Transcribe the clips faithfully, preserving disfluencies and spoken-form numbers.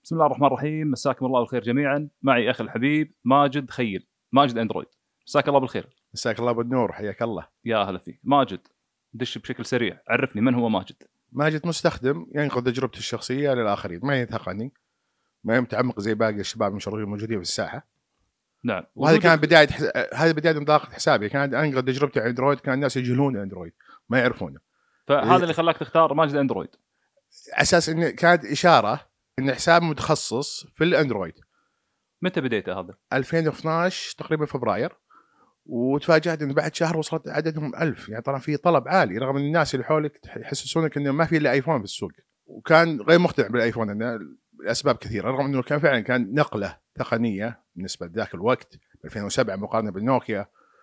بسم الله الرحمن الرحيم. مساكم الله بالخير جميعا. معي أخي الحبيب ماجد خيل، ماجد أندرويد. مساك الله بالخير. مساك الله بالنور، حياك الله. يا هلا فيك ماجد. دش بشكل سريع، عرفني من هو ماجد. ماجد مستخدم ينقل تجربته الشخصية للآخرين، ما يتقني، ما يمتعمق زي باقي الشباب المشهورين الموجودين في الساحة. نعم. وهذه كانت بداية حس... هذه بداية انطلاقة حسابي، كانت أنقل تجربتي على أندرويد، كان الناس يجهلون أندرويد ما يعرفونه. فهذا اللي خلاك تختار ماجد أندرويد، أساس إن كانت إشارة إن حساب متخصص في الأندرويد. متى بديته هذا؟ ألفين واثناشر تقريبا فبراير، وتفاجأت إن بعد شهر وصلت عددهم ألف. يعني طبعا في طلب عالي، رغم إن الناس اللي حولك يحسسونك إنه ما في إلا آيفون في السوق، وكان غير مقتنع بالآيفون إنه لأسباب كثيرة، رغم إنه كان فعلا كان نقلة تقنية بالنسبة لذاك الوقت ألفين وسبعة مقارنة بالنوكيا،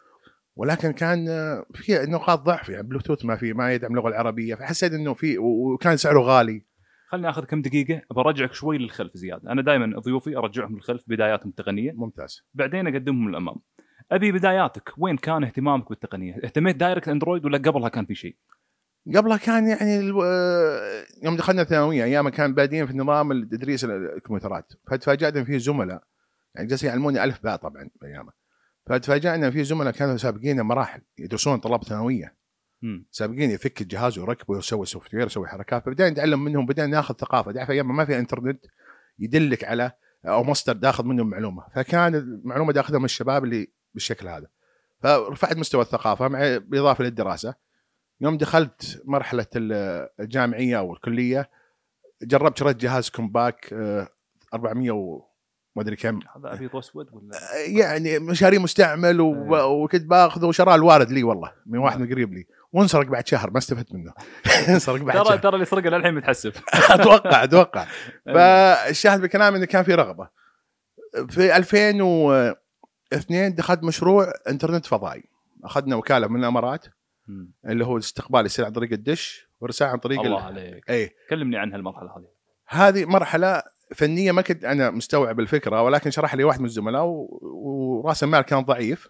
ولكن كان في نقاط ضعف. يعني بلوتوث ما في، ما يدعم اللغة العربية، فحسيت إنه في، وكان سعره غالي. خلني أخذ كم دقيقة برجعك شوي للخلف زيادة. أنا دائما ضيوفي أرجعهم للخلف، بداياتهم التقنية ممتاز، بعدين أقدمهم للأمام. أبي بداياتك، وين كان اهتمامك بالتقنية؟ اهتميت دايركت أندرويد ولا قبلها كان في شيء؟ قبلها كان يعني الو... يوم دخلنا الثانوية أيام كان بادين في نظام التدريس الكمبيوترات، فتفاجأنا فيه زملاء يعني جالسين يعلموني ألف باء طبعا أيامه، فتفاجأنا فيه زملاء كانوا سابقين مراحل يدرسون طلاب ثانوية، سابقين يفك الجهاز ويركبه ويسوي سوفت وير ويسوي حركات. فبدأنا نتعلم منهم، بدأنا ناخذ ثقافة. تعرف أيام ما في إنترنت يدلك على أو مصدر داخل منهم معلومة، فكان المعلومة داخلها من الشباب اللي بالشكل هذا، فرفعت مستوى الثقافة مع بالإضافة للدراسة. يوم دخلت مرحلة الجامعية أو الكلية جربت شريت جهاز كومباك أربعمية وما أدري كم، هذا أبيض وأسود ولا يعني مشاري مستعمل و... وكنت باخذه، وشراه الوالد لي والله من واحد من قريب لي، وانسرق بعد شهر ما استفدت منه. انسرق بعد ترى شهر. ترى اللي سرقه للحين متحسف. اتوقع اتوقع فالشاهد بالكلام انه كان في رغبة. في ألفين واثنين دخلت مشروع انترنت فضائي، اخذنا وكالة من الامارات اللي هو الاستقبال يصير عن طريق الدش ورسائل عن طريق الله ال... عليك. اي كلمني عن هالمرحله هذه. هذه مرحله فنيه ما كنت انا مستوعب الفكره، ولكن شرح لي واحد من الزملاء و... وراس المال كان ضعيف،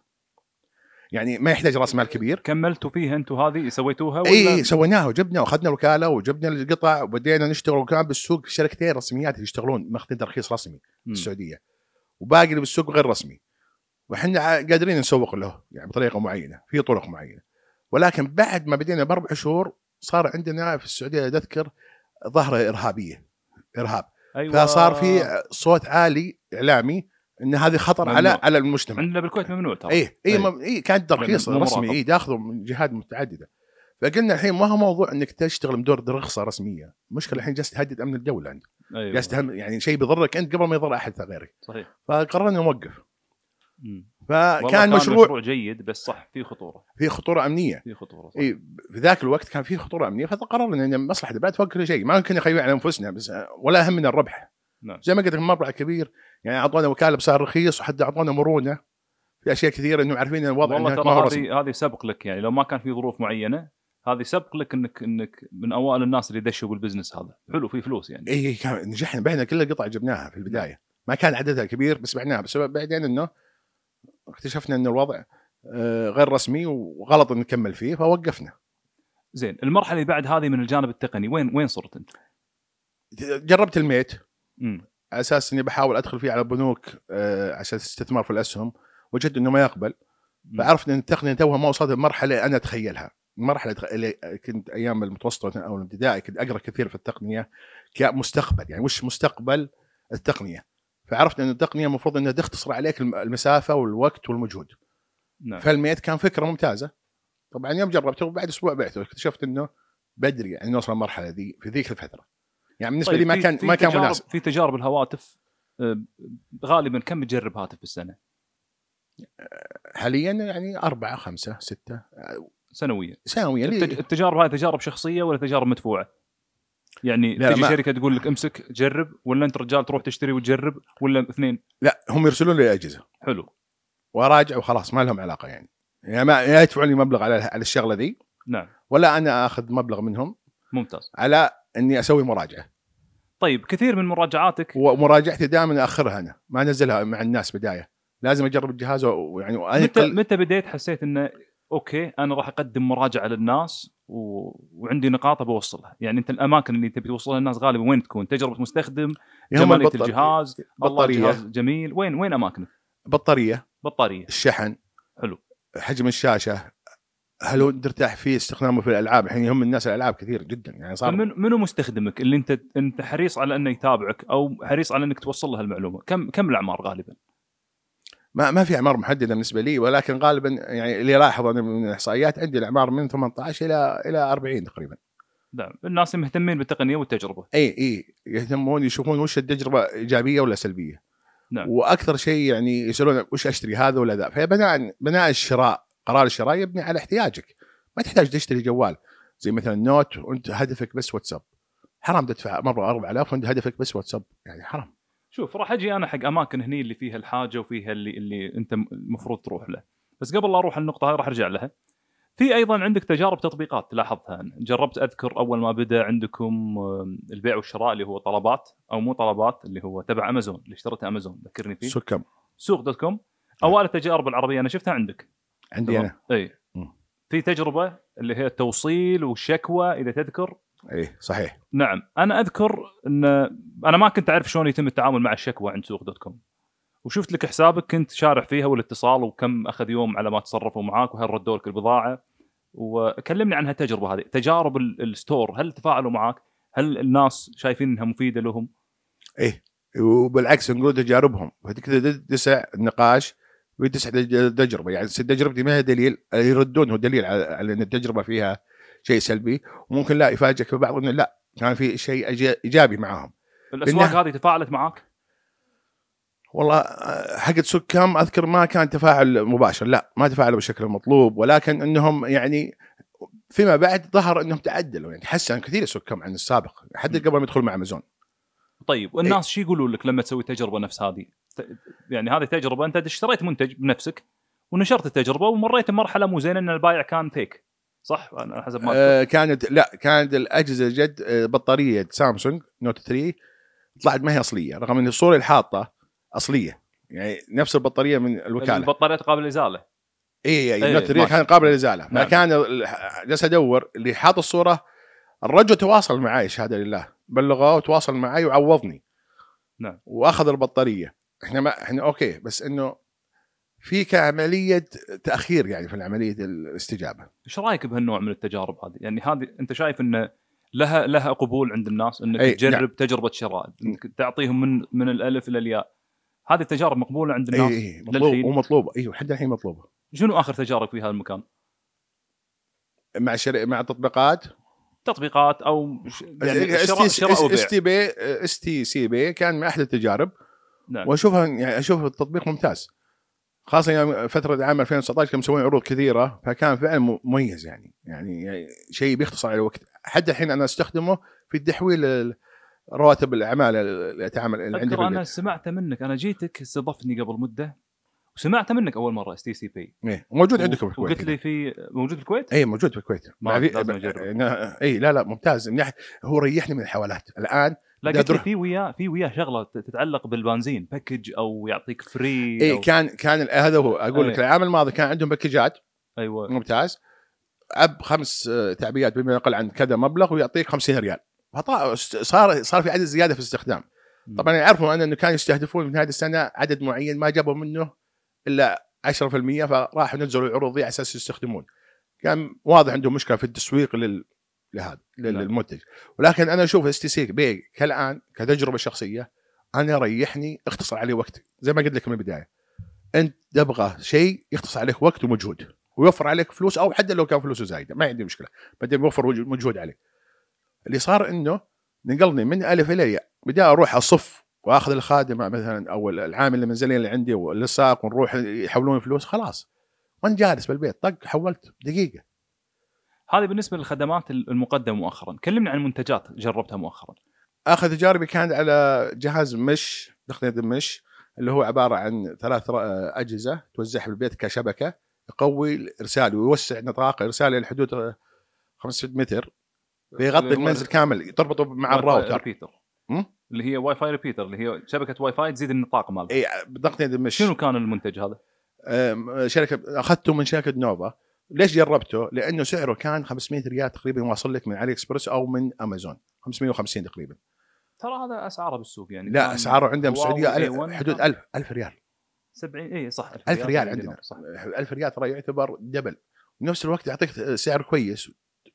يعني ما يحتاج راس مال كبير. كملتوا فيها انتم هذه سويتوها ولا؟ اي سويناها وجبنا واخذنا وكاله وجبنا القطع وبدينا نشتغل، وكان بالسوق شركتين رسميات يشتغلون ماخذين ترخيص رسمي في السعوديه، وباقي اللي بالسوق غير رسمي، وحنا قادرين نسوق له يعني بطريقه معينه في طرق معينه. ولكن بعد ما بدينا باربع شهور صار عندنا في السعوديه اذكر ظاهره ارهابيه، ارهاب. أيوة. فصار في صوت عالي اعلامي ان هذه خطر ممنوع. على على المجتمع. عندنا بالكويت ممنوع ترى. اي اي مم... اي كان ترخيص رسمي، اي داخله من جهات متعدده. فقلنا الحين ما هو موضوع انك تشتغل بدور رخصه رسميه، مشكله الحين جالس تهدد امن الدوله عندك. أيوة. جالس يعني شيء بيضرك انت قبل ما يضر احد غيرك. صحيح. فقررنا نوقف. مم. فكان مشروع... مشروع جيد، بس صح في خطوره، في خطوره امنيه، في خطوره صح. اي في ذاك الوقت كان في خطوره امنيه، فقررنا ان مصلحه البلد فوق كل شيء، ما يمكن نخيب على انفسنا بس ولا هم من الربح. نعم. زي ما قلت لك مبلغ كبير، يعني اعطونا وكاله بسعر رخيص، وحتى اعطونا مرونه في اشياء كثيره انه عارفين الوضع. والله ترى هذه هذه سبق لك، يعني لو ما كان في ظروف معينه هذه سبق لك انك انك من اوائل الناس اللي دشوا بالبزنس هذا. حلو، في فلوس يعني. اي كان نجحنا، بعنا كل القطع جبناها في البدايه، ما كان عددها كبير بس بعناها، بس بعدين انه اكتشفنا ان الوضع غير رسمي وغلط نكمل فيه فوقفنا. زين، المرحله اللي بعد هذه من الجانب التقني وين وين صرت انت؟ جربت الميت امم على اساس اني بحاول ادخل فيه على بنوك عشان استثمار في الاسهم، وجدت انه ما يقبل. فعرفت ان التقنيه توها ما وصلت لمرحله انا اتخيلها. المرحله اللي كنت ايام المتوسطه او الابتدائي كنت اقرا كثير في التقنيه كمستقبل، يعني وش مستقبل التقنيه. فعرفت ان التقنيه المفروض انها تختصر عليك المسافه والوقت والمجهود. نعم. فالميت كان فكره ممتازه. طبعا يوم جربته وبعد اسبوع بعته، اكتشفت انه بدري يعني نوصل المرحله دي في ذيك الفتره، يعني بالنسبه طيب لي ما كان ما كان مناسب. في تجارب الهواتف غالبا كم تجرب هاتف بالسنه حاليا؟ يعني أربعة خمسة ستة سنويا. سنويا. التجارب هاي تجارب شخصيه ولا تجارب مدفوعه؟ يعني تجي ما... شركه تقول لك امسك جرب، ولا انت رجال تروح تشتري وتجرب، ولا اثنين؟ لا، هم يرسلون لي اجهزه. حلو. وراجع وخلاص، ما لهم علاقه يعني، يعني ما يدفعون لي مبلغ على على الشغله دي. نعم. ولا انا اخذ مبلغ منهم. ممتاز. على اني اسوي مراجعه. طيب، كثير من مراجعاتك ومراجعتي دائما اخرها، انا ما انزلها مع الناس بدايه، لازم اجرب الجهاز ويعني متى متى بديت حسيت انه اوكي انا راح اقدم مراجعه للناس و... وعندي نقاط بوصلها. يعني انت الاماكن اللي تبي توصلها للناس غالبا وين تكون؟ تجربه مستخدم، جماليه البطل... الجهاز، الله الجهاز جميل، وين وين اماكنك؟ بطاريه بطاريه، الشحن حلو، حجم الشاشه، هل هو ترتاح فيه استخدامه في الالعاب؟ الحين يهم الناس الالعاب كثير جدا يعني صار. فمن منو مستخدمك اللي انت انت حريص على انه يتابعك او حريص على انك توصل له المعلومه؟ كم كم الاعمار غالبا؟ ما ما في اعمار محدده بالنسبه لي، ولكن غالبا يعني اللي لاحظ انا من الاحصائيات عندي الاعمار من ثمانية عشر الى الى أربعين تقريبا. نعم، الناس مهتمين بالتقنيه والتجربه. اي اي يهتمون يشوفون وش التجربه ايجابيه ولا سلبيه. نعم. واكثر شيء يعني يسالون وش اشتري هذا ولا ذا. فبناء بناء الشراء، قرار الشراء يبني على احتياجك. ما تحتاج تشتري جوال زي مثلا نوت وانت هدفك بس واتساب، حرام تدفع مره أربعة آلاف وانت هدفك بس واتساب، يعني حرام. شوف راح اجي انا حق اماكن هني اللي فيها الحاجه وفيها اللي اللي انت المفروض تروح له، بس قبل لا اروح النقطه هاي راح ارجع لها. في ايضا عندك تجارب تطبيقات تلاحظها. جربت اذكر اول ما بدا عندكم البيع والشراء اللي هو طلبات او مو طلبات اللي هو تبع امازون اللي اشتريته امازون، ذكرني فيه. سوق كم سوق دوت كوم. اوائل التجارب العربيه انا شفتها عندك. عندي انا اي م. في تجربه اللي هي التوصيل والشكوى اذا تذكر. اي صحيح. نعم انا اذكر ان انا ما كنت اعرف شلون يتم التعامل مع الشكوى عند سوق دوت كوم، وشفت لك حسابك كنت شارح فيها والاتصال وكم اخذ يوم على ما تصرفوا معاك وهل ردوا لك البضاعه. وكلمني عن هالتجربه هذه، تجارب الستور، هل تفاعلوا معك؟ هل الناس شايفين انها مفيده لهم؟ ايه وبالعكس نقول تجاربهم فتقدر تدسع النقاش وتدسع التجربه. يعني تجربتي ما هي دليل، يردون هو دليل على ان التجربه فيها شيء سلبي، وممكن لا يفاجئك في بعض انه لا كان في شيء ايجابي معاهم. الاسواق هذه تفاعلت معك؟ والله حق سوق كم اذكر ما كان تفاعل مباشر، لا ما تفاعلوا بالشكل المطلوب، ولكن انهم يعني فيما بعد ظهر انهم تعدلوا، يعني تحسن كثير سوق كم عن السابق حتى قبل ما يدخل مع امازون. طيب والناس شو يقولوا لك لما تسوي تجربه نفس هذه؟ يعني هذه تجربه انت اشتريت منتج بنفسك ونشرت التجربه ومريت بمرحله مو زينه ان البائع كان فيك، صح؟ انا حسب ما آه كانت لا كانت الاجهزه جد بطاريه سامسونج نوت ثلاثة طلعت ما هي اصليه، رغم ان الصوره الحاطه اصليه، يعني نفس البطاريه من الوكاله. البطاريه قابله للازاله. اي اي نوت ثلاثة كان قابل للازاله. نعم. فكان جالس ادور اللي حاط الصوره، الرجل تواصل معي شهاده لله، بلغه وتواصل معي وعوضني. نعم. واخذ البطاريه. احنا ما احنا اوكي، بس انه في كعمليه تاخير يعني في عمليه الاستجابه. ايش رايك بهالنوع من التجارب هذه؟ يعني هذه انت شايف انه لها لها قبول عند الناس انك تجرب نعم. تجربه شراء، انك تعطيهم من من الالف الى الياء، هذه التجارب مقبوله عند الناس؟ اي مطلوب ومطلوبه. ايوه حتى الحين مطلوبه. شنو اخر تجارب في هذا المكان؟ مع شر... مع تطبيقات تطبيقات او يعني شراء شراء وبيع. اس تي بي اس تي سي بي كان من احد التجارب. نعم. واشوفها يعني اشوف التطبيق ممتاز، خاصه يعني فتره عام ألفين وتسعة عشر كانوا مسوين عروض كثيره، فكان فعلا مميز يعني يعني, يعني شيء بيختصر على الوقت. حتى الحين انا استخدمه في تحويل رواتب الاعمال اللي اتعامل اللي عندي. انا سمعت منك، انا جيتك استضفتني قبل مده وسمعت منك اول مره اس تي سي بي. ايه موجود عندكم في الكويت؟ وقلت لي في موجود في الكويت. اي موجود في الكويت. ما لازم اجرب. اي لا لا ممتاز. هو ريحني من الحوالات الان. لا قلت لي في وياه في وياه شغله تتعلق بالبنزين، باكج او يعطيك فري. اي أو... كان كان هذا هو اقول لك. العام الماضي كان عندهم باكجات. ايوه ممتاز. عب خمس تعبئات بما يقل عن كذا مبلغ ويعطيك خمسين ريال. صار صار في عدد زياده في الاستخدام. طبعا يعرفوا ان انه كانوا يستهدفون من هذه السنه عدد معين ما جابوا منه الا عشرة بالمئة، فراحوا نزلوا العروض دي على اساس يستخدمون. كان واضح عندهم مشكله في التسويق لل لهذا للمنتج. ولكن انا اشوف اس تي سي بي كالان كتجربه شخصيه انا ريحني، اختصر عليه وقت زي ما قلت لك من البدايه. انت تبغى شيء يختصر عليك وقت ومجهود ويوفر عليك فلوس، او حتى لو كان فلوسه زايده ما عندي مشكله، بدي يوفر مجهود عليك. اللي صار انه نقلني من الف الى ياء، بدي اروح اصف واخذ الخادمه مثلا او العامل المنزلي اللي عندي والسائق ونروح يحولون فلوس، خلاص وانت جالس بالبيت طق حولت دقيقه. هذه بالنسبه للخدمات المقدمه مؤخرا. كلمني عن المنتجات جربتها مؤخرا. اخذ تجاربي كانت على جهاز مش تقنيه المش اللي هو عباره عن ثلاث اجهزه توزعها بالبيت كشبكه، يقوي الارسال ويوسع نطاق ارسال لحدود خمسمائة متر، بيغطي المنزل كامل، تربطه مع الراوتر ريبيتر اللي هي واي فاي ريبيتر اللي هي شبكه واي فاي تزيد النطاق مالها. اي بتقنيه المش. شنو كان المنتج هذا؟ شركه اخذته من شركه نوفا، ليش جربته؟ لانه سعره كان خمسمية ريال تقريبا، واصل لك من علي اكسبرس او من امازون خمسمية وخمسين تقريبا. ترى هذا اسعاره بالسوق يعني. لا اسعاره عندنا بالسعوديه هواوي حدود ألف ألف ريال. سبعين اي صح، ألف ريال عندنا. صح. ألف ريال ترى يعتبر دبل، ونفس الوقت يعطيك سعر كويس،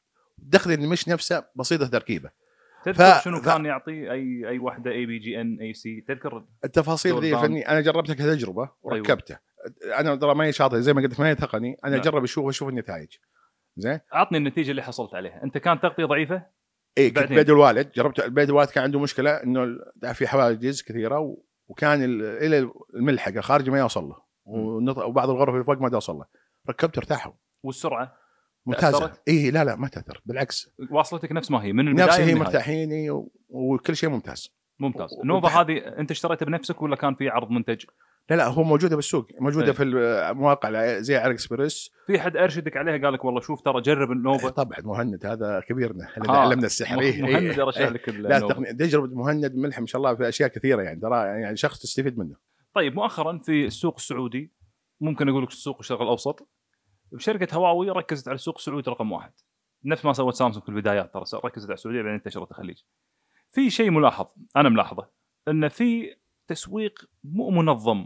دخل اللي مش نفسه بسيطه تركيبه. تذكر ف... شنو كان ف... يعطي اي اي وحده اي بي جي ان اي سي؟ تذكر التفاصيل ذي فني؟ انا جربتها كتجربه وركبته. أيوة. انا ترى ماني شاطر زي ما قلت، ما هي تقني، انا اجرب اشوف اشوف النتائج. زين اعطني النتيجه اللي حصلت عليها. انت كانت تغطيه ضعيفه؟ اي كنت بيد الوالد، جربت البيد الوالد كان عنده مشكله انه في حواجز كثيره و... وكان الى الملحقه خارج ما يوصل له، وبعض الغرف اللي فوق ما توصل له. ركبت ارتاحوا. والسرعه ممتازه. اي لا لا ما تاثر، بالعكس واصلتك نفس ما هي من البدايه. نفس هي مرتاحين و... وكل شيء ممتاز. ممتاز. نوفا هذه انت اشتريتها بنفسك ولا كان في عرض منتج؟ لا لا هو موجوده بالسوق، موجوده أي. في المواقع زي علي اكسبرس. في حد ارشدك عليها قال لك والله شوف ترى جرب النوفا؟ طبعا مهند هذا كبيرنا اللي آه. علمنا السحر. مهند ارشد لك لا تقني... تجربه مهند ملحم ما شاء الله في اشياء كثيره يعني، ترى يعني شخص تستفيد منه. طيب مؤخرا في السوق السعودي، ممكن اقول لك السوق الشرق الاوسط، شركه هواوي ركزت على السوق السعودي رقم واحد، نفس ما سوت سامسونج في البدايات. ترى ركزت على السعوديه بعدين انتشرت الخليج. في شيء ملاحظ انا ملاحظه، ان في تسويق مو منظم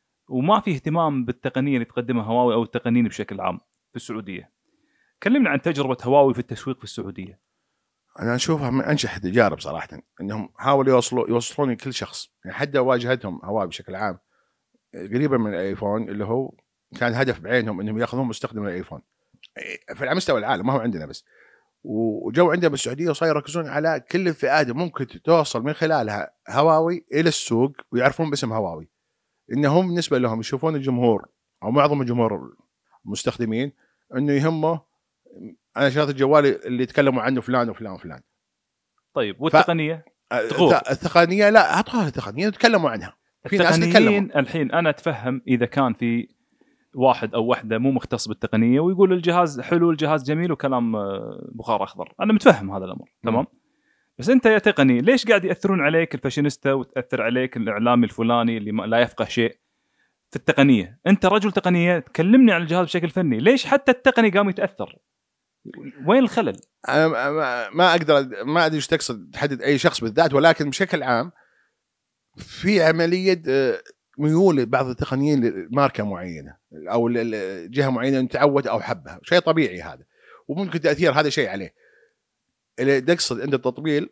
وما في اهتمام بالتقنيه اللي تقدمها هواوي او التقنيين بشكل عام في السعوديه. كلمنا عن تجربه هواوي في التسويق في السعوديه. انا اشوفها من انجح التجارب صراحه، انهم حاولوا يوصلوا يوصلون لكل شخص يعني. حتى واجهتهم هواوي بشكل عام قريبا من الايفون، اللي هو كان هدف بعينهم انهم ياخذون مستخدم الايفون في على مستوى العالم، ما هو عندنا بس. وجو عندنا بالسعوديه وصاير يركزون على كل الفئات ممكن توصل من خلالها هواوي الى السوق، ويعرفون باسم هواوي. انهم بالنسبه لهم يشوفون الجمهور او معظم الجمهور المستخدمين انه يهمه انا شريت الجوال اللي يتكلموا عنه فلان وفلان وفلان. طيب والتقنيه؟ ف... التقنيه لا اعطوها التقنيه يتكلموا عنها. في ناس تتكلم. الحين انا اتفهم اذا كان في واحد او وحده مو مختص بالتقنيه ويقول الجهاز حلو الجهاز جميل وكلام بخار اخضر، انا متفهم هذا الامر تمام. بس انت يا تقني ليش قاعد ياثرون عليك الفاشينيستا وتاثر عليك الاعلامي الفلاني اللي لا يفقه شيء في التقنيه؟ انت رجل تقنيه، تكلمني عن الجهاز بشكل فني. ليش حتى التقني قام يتاثر؟ وين الخلل؟ انا ما اقدر ما ادري ايش تقصد تحدد اي شخص بالذات، ولكن بشكل عام في عمليه ميول بعض التقنيين لماركه معينه او جهه معينه نتعود او حبها، شيء طبيعي هذا، وممكن تاثير هذا شيء عليه. اللي تقصد عند التطبيل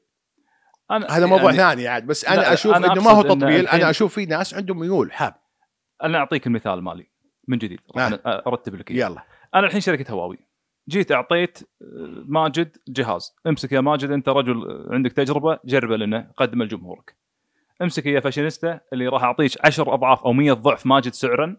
هذا موضوع يعني ثاني عاد. بس انا اشوف أنا انه ما هو تطبيل، انا اشوف في ناس عندهم ميول حاب. انا اعطيك المثال مالي من جديد، انا ارتب لك يلا. انا الحين شركه هواوي، جيت اعطيت ماجد جهاز، امسك يا ماجد انت رجل عندك تجربه جربه لنا قدمه لجمهورك. امسك يا فاشينيستا اللي راح اعطيك عشر اضعاف او مية ضعف ماجد سعرا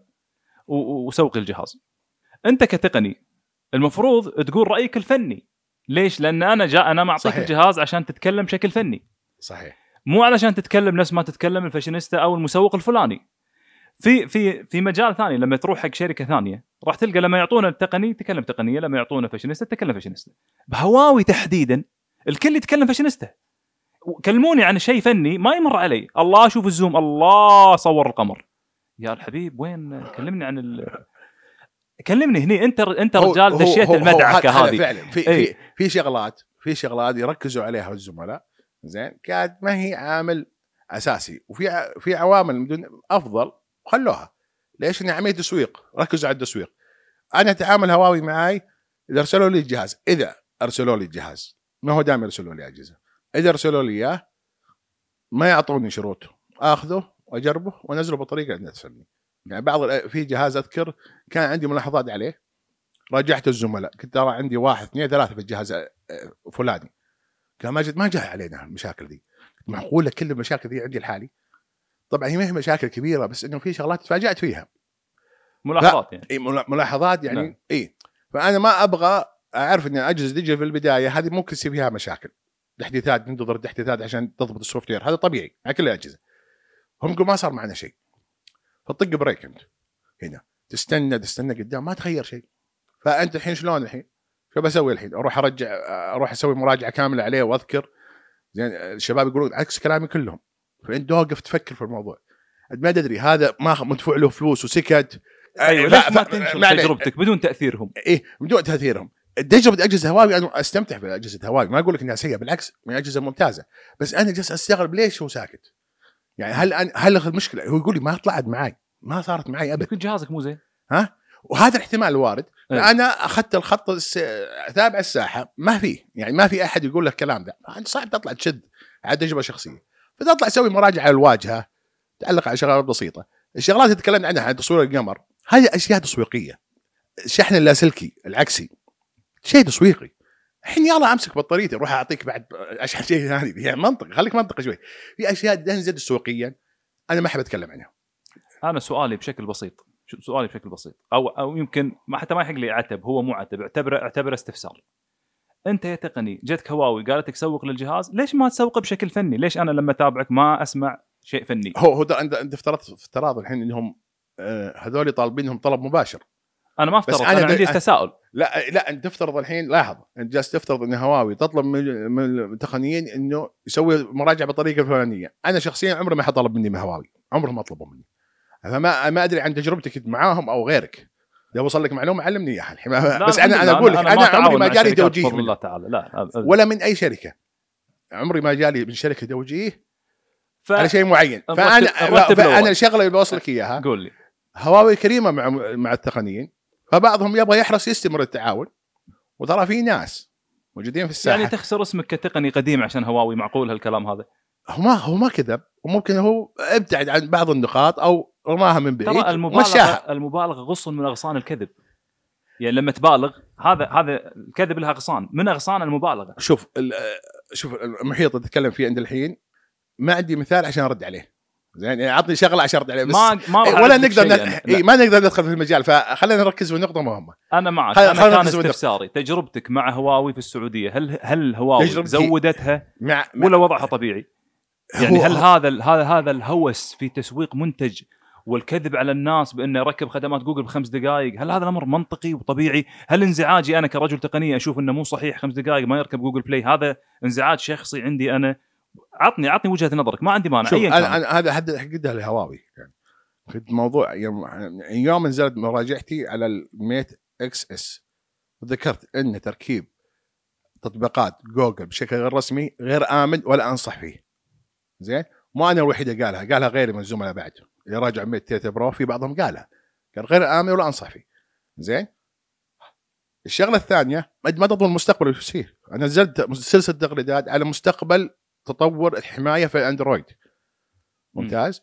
وسوق الجهاز. انت كتقني المفروض تقول رايك الفني. ليش؟ لان انا جاء انا معطيك صحيح. الجهاز عشان تتكلم بشكل فني، صحيح، مو علشان تتكلم نفس ما تتكلم الفاشينيستا او المسوق الفلاني. في في في مجال ثاني لما تروح حق شركه ثانيه راح تلقى لما يعطونا التقني تكلم تقنيه، لما يعطونا فاشينيستا تكلم فاشينيستا. بهواوي تحديدا الكل يتكلم فاشينيستا. كلموني عن شيء فني ما يمر علي. الله شوف الزوم، الله صور القمر. يا الحبيب وين؟ كلمني عن ال... كلمني هني. انت انت رجال دشيت المدعكه هذه فعلا. في ايه؟ في في شغلات في شغلات يركزوا عليها الزملاء زين، كانت ما هي عامل اساسي، وفي في عوامل من دون افضل خلوها. ليش؟ ان عمليه تسويق، ركزوا على التسويق. انا تعامل هواوي معي اذا ارسلوا لي الجهاز، اذا ارسلوا لي الجهاز ما هو دائما يرسلوا لي اجهزه، اذا ارسلوا لي اياه ما يعطوني شروط، اخذه واجربه وانزله بطريقه اللي تسلني. يعني بعض في جهاز اذكر كان عندي ملاحظات عليه، راجعت الزملاء قلت ترى عندي واحد اثنين ثلاثه في الجهاز فلاني، كان ماجد ما جاء علينا المشاكل دي. معقوله كل المشاكل دي عندي الحالي؟ طبعا هي ما هي مشاكل كبيره، بس انه في شغلات تفاجات فيها، ملاحظات يعني اي ملاحظات يعني لا. اي فانا ما ابغى اعرف ان الاجهزه تجي في البدايه هذه ممكن يصير فيها مشاكل، تحديثات، ننتظر تحديثات عشان تضبط السوفت وير، هذا طبيعي على كل الاجهزه. هم يقولوا ما صار معنا شيء، فطق بريك انت هنا، تستنى تستنى قدام ما تغير شيء. فانت الحين شلون الحين؟ شو بسوي الحين؟ اروح ارجع اروح اسوي مراجعه كامله عليه واذكر زين الشباب يقولون عكس كلامي كلهم، فانت توقف تفكر في الموضوع. ما تدري هذا ما مدفوع له فلوس وسكت، ايوه ليش ما تنشر تجربتك بدون تاثيرهم؟ ايه بدون تاثيرهم. تجربه اجهزه هواوي انا استمتع باجهزه هواوي، ما اقول لك انها سيئه، بالعكس من اجهزه ممتازه، بس انا جالس استغرب ليش هو ساكت. يعني هل أنا هل المشكله هو يقول لي ما طلعت معي، ما صارت معي ابدا، يمكن جهازك مو زين، ها، وهذا الاحتمال وارد. فانا اخذت الخط الس... تابع الساحه، ما في يعني ما في احد يقول لك الكلام ده، انت صعب تطلع تشد على تجربه شخصيه، فتطلع تسوي مراجعه على الواجهه، تعلق على شغلات بسيطه. الشغلات اللي تكلمنا عنها عن تصوير القمر هذه اشياء تسويقيه، الشحن اللاسلكي العكسي شيء تسويقي. الحين يلا امسك بطاريتي اروح اعطيك بعد اشحن شيء ثاني، يعني منطق، خليك منطقي شوي. في اشياء تنزل تسويقيا انا ما احب اتكلم عنها. انا سؤالي بشكل بسيط، سؤالي بشكل بسيط او او يمكن ما حتى ما يحق لي عتب، هو مو عتب، اعتبره اعتبره استفسار. انت يا تقني جتك هواوي قالت لك سوق للجهاز، ليش ما تسوقه بشكل فني؟ ليش انا لما اتابعك ما اسمع شيء فني؟ هو هو انت انت افترضت افتراض الحين انهم هذول طالبينهم طلب مباشر. انا ما افترض، انا, أنا عندي تساؤل. لا لا انت تفترض الحين، لاحظ انت جالس تفترض ان هواوي تطلب من التقنيين انه يسوي مراجعه بطريقه فلانيه. انا شخصيا عمري ما حطلب مني من هواوي، عمرهم ما طلبوا مني، فما ما ادري عن تجربتك معاهم او غيرك. لو وصل لك معلومه علمني اياها الحين. بس انا انا اقول لك انا, أنا عمري ما جالي توجيه الله تعالى، لا ولا من اي شركه، عمري ما جالي من شركه توجيه ف... على شيء معين. فانا فانا الشغله اللي بوصلك اياها، قول لي. هواوي كريمه مع مع التقنيين، فبعضهم يبغى يحرص يستمر التعاون، وترى في ناس موجودين في الساحه. يعني تخسر اسمك كتقني قديم عشان هواوي؟ معقول هالكلام هذا؟ هو ما هو ما كذب، وممكن هو ابتعد عن بعض النقاط او رماها من بعيد. ترى المبالغه المبالغه غصن من اغصان الكذب. يعني لما تبالغ هذا هذا الكذب له اغصان، من اغصان المبالغه. شوف شوف المحيط اللي تتكلم فيه عند الحين ما عندي مثال عشان ارد عليه. زين يعني عطني شغله عشان ارد عليه، بس ما ما ولا نقدر ن... إيه ما نقدر ندخل في المجال، فخلينا نركز في نقطه مهمه. انا معك. خل... انا كان استفساري تجربتك مع هواوي في السعوديه، هل هل هواوي زودتها مع... مع... ولا وضعها طبيعي؟ يعني هل هذا هذا هذا الهوس في تسويق منتج والكذب على الناس بانه يركب خدمات جوجل بخمس دقائق، هل هذا الامر منطقي وطبيعي؟ هل انزعاجي انا كرجل تقني اشوف انه مو صحيح خمس دقائق ما يركب جوجل بلاي، هذا انزعاج شخصي عندي انا؟ عطني عطني وجهة نظرك، ما عندي مانع. ايا كان أنا هذا حد حقدها لهواوي يعني. في الموضوع يوم يوم نزلت مراجعتي على الميت اكس اس، وذكرت ان تركيب تطبيقات جوجل بشكل غير رسمي غير امن ولا انصح فيه. زين، مو انا الوحيده قالها، قالها غيري من الزملاء بعد اللي راجع ميت ثلاثة برو، في بعضهم قالها قال غير امن ولا انصح فيه. زين، الشغله الثانيه ما تضمن المستقبل وش يصير. انا نزلت سلسله تغريدات على مستقبل تطور الحمايه في الاندرويد ممتاز،